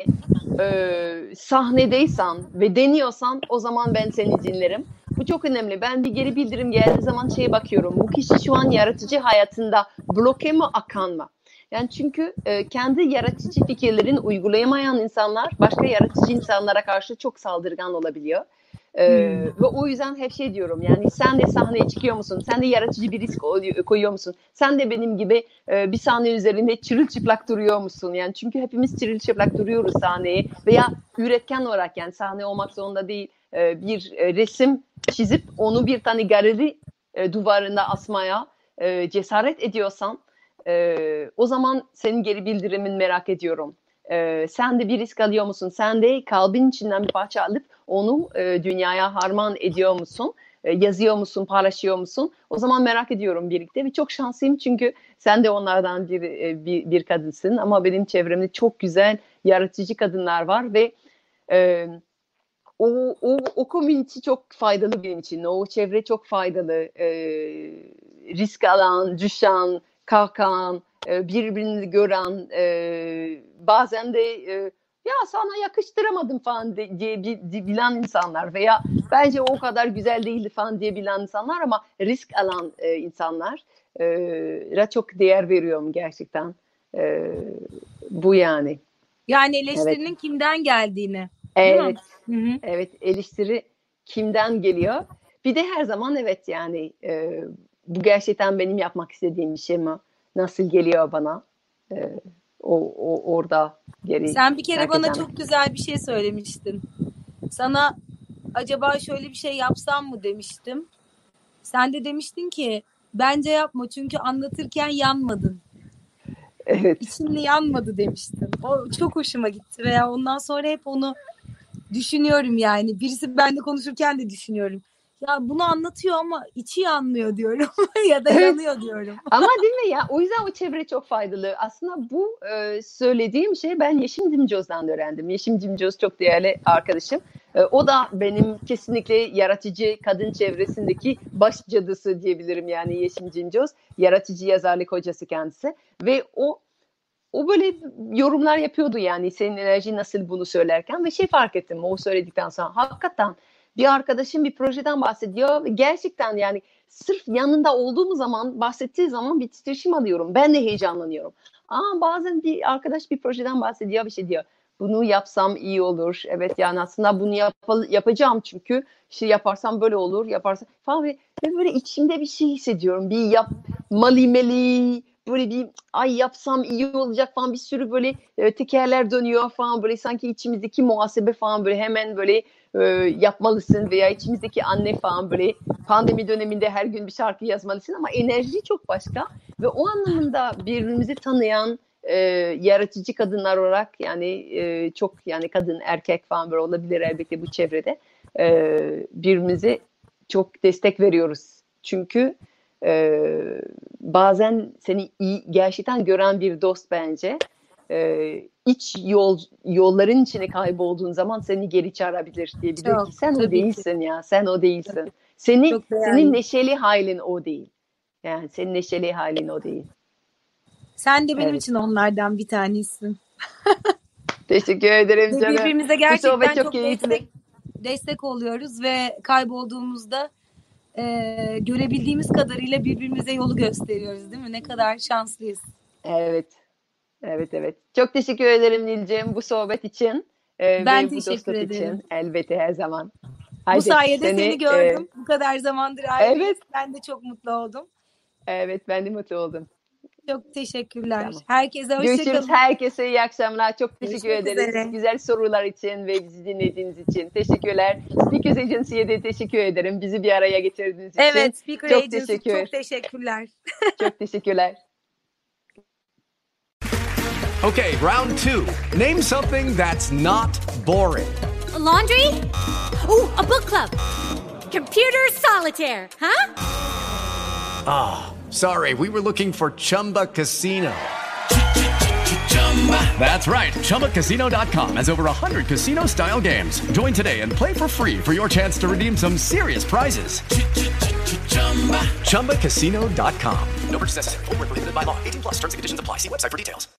e, sahnedeysen ve deniyorsan o zaman ben seni dinlerim. Bu çok önemli. Ben bir geri bildirim geldiği zaman şeye bakıyorum. Bu kişi şu an yaratıcı hayatında bloke mi, akan mı? Yani çünkü e, kendi yaratıcı fikirlerini uygulayamayan insanlar başka yaratıcı insanlara karşı çok saldırgan olabiliyor. Ee, hmm. Ve o yüzden hep şey diyorum, yani sen de sahneye çıkıyor musun? Sen de yaratıcı bir risk koyuyor musun? Sen de benim gibi e, bir sahne üzerinde çırılçıplak duruyor musun? Yani çünkü hepimiz çırılçıplak duruyoruz sahneye veya üretken olarak, yani sahne olmak zorunda değil, e, bir e, resim çizip onu bir tane galeri e, duvarında asmaya e, cesaret ediyorsan e, o zaman senin geri bildirimin merak ediyorum. Ee, sen de bir risk alıyor musun? Sen de kalbin içinden bir parça alıp onu e, dünyaya harman ediyor musun? E, yazıyor musun? Paylaşıyor musun? O zaman merak ediyorum birlikte ve çok şanslıyım çünkü sen de onlardan bir, e, bir, bir kadınsın. Ama benim çevremde çok güzel yaratıcı kadınlar var ve e, o, o, o community çok faydalı benim için. O çevre çok faydalı. E, risk alan, düşen, kalkan, birbirini gören, e, bazen de e, ya sana yakıştıramadım falan de, diye bilen insanlar veya bence o kadar güzel değildi falan diye bilen insanlar ama risk alan e, insanlar e, çok değer veriyorum gerçekten. E, bu yani. Yani eleştirinin evet. kimden geldiğini. Evet. Hı-hı. Evet, eleştiri kimden geliyor? Bir de her zaman evet yani e, bu gerçekten benim yapmak istediğim bir şey mi? Nasıl geliyor bana? Ee, o, o orada geri. Sen bir kere bana çok güzel bir şey söylemiştin. Sana acaba şöyle bir şey yapsam mı demiştim. Sen de demiştin ki bence yapma çünkü anlatırken yanmadın. Evet. İçinde yanmadı demiştin. O çok hoşuma gitti veya ondan sonra hep onu düşünüyorum yani. Birisi benimle konuşurken de düşünüyorum. Ya bunu anlatıyor ama içi yanmıyor diyorum ya da yanıyor diyorum. Ama değil mi ya? O yüzden o çevre çok faydalı. Aslında bu e, söylediğim şey ben Yeşim Dimcoz'dan öğrendim. Yeşim Dimcoz çok değerli arkadaşım. E, o da benim kesinlikle yaratıcı kadın çevresindeki baş cadısı diyebilirim yani Yeşim Dimcoz. Yaratıcı yazarlık hocası kendisi. Ve o o böyle yorumlar yapıyordu yani senin enerji nasıl bunu söylerken ve şey fark ettim o söyledikten sonra hakikaten bir arkadaşım bir projeden bahsediyor ve gerçekten yani sırf yanında olduğum zaman bahsettiği zaman bir titreşim alıyorum. Ben de heyecanlanıyorum. Aa, bazen bir arkadaş bir projeden bahsediyor bir şey diyor. Bunu yapsam iyi olur. Evet yani aslında bunu yap- yapacağım çünkü şey yaparsam böyle olur yaparsam falan ve, ve böyle içimde bir şey hissediyorum. Bir yapmalı böyle bir ay yapsam iyi olacak falan bir sürü böyle e, tekerler dönüyor falan böyle sanki içimizdeki muhasebe falan böyle hemen böyle e, yapmalısın veya içimizdeki anne falan böyle pandemi döneminde her gün bir şarkı yazmalısın ama enerji çok başka ve o anlamında birbirimizi tanıyan e, yaratıcı kadınlar olarak yani e, çok yani kadın erkek falan böyle olabilir elbette bu çevrede e, birbirimize çok destek veriyoruz çünkü Ee, bazen seni iyi, gerçekten gören bir dost bence ee, iç yol yolların içine kaybolduğun zaman seni geri çağırabilir diye bilir ki sen o değilsin ki. Ya sen o değilsin. Seni senin neşeli halin o değil. Yani senin neşeli halin o değil. Sen de benim evet. için onlardan bir tanesin. Teşekkür ederim canım. Birbirimize gerçekten çok, çok destek, destek oluyoruz ve kaybolduğumuzda Ee, görebildiğimiz kadarıyla birbirimize yolu gösteriyoruz değil mi? Ne kadar şanslıyız. Evet. Evet evet. Çok teşekkür ederim Nilcim bu sohbet için. Ee, ben ve teşekkür bu ederim. Için. Elbette her zaman. Haydi, bu sayede seni, seni gördüm. E... Bu kadar zamandır ayrıyız. Evet. Ben de çok mutlu oldum. Evet ben de mutlu oldum. Çok teşekkürler. Tamam. Herkese hoşça Görüşürüz. kalın. Herkese iyi akşamlar. Çok teşekkür Görüşmek ederiz. Üzere. Güzel sorular için ve bizi dinlediğiniz için. Teşekkürler. Speakers Agency'ye de teşekkür ederim. Bizi bir araya getirdiğiniz için. Evet, Speaker Agency çok teşekkür. Çok teşekkürler. Çok teşekkürler. Okay, round two. Name something that's not boring. A laundry? Ooh, a book club. Computer solitaire, huh? Ah, oh, sorry, we were looking for Chumba Casino. That's right. Chumba Casino dot com has over one hundred casino-style games. Join today and play for free for your chance to redeem some serious prizes. Chumba Casino dot com. No purchase necessary. Void where prohibited by law. eighteen plus terms and conditions apply. See website for details.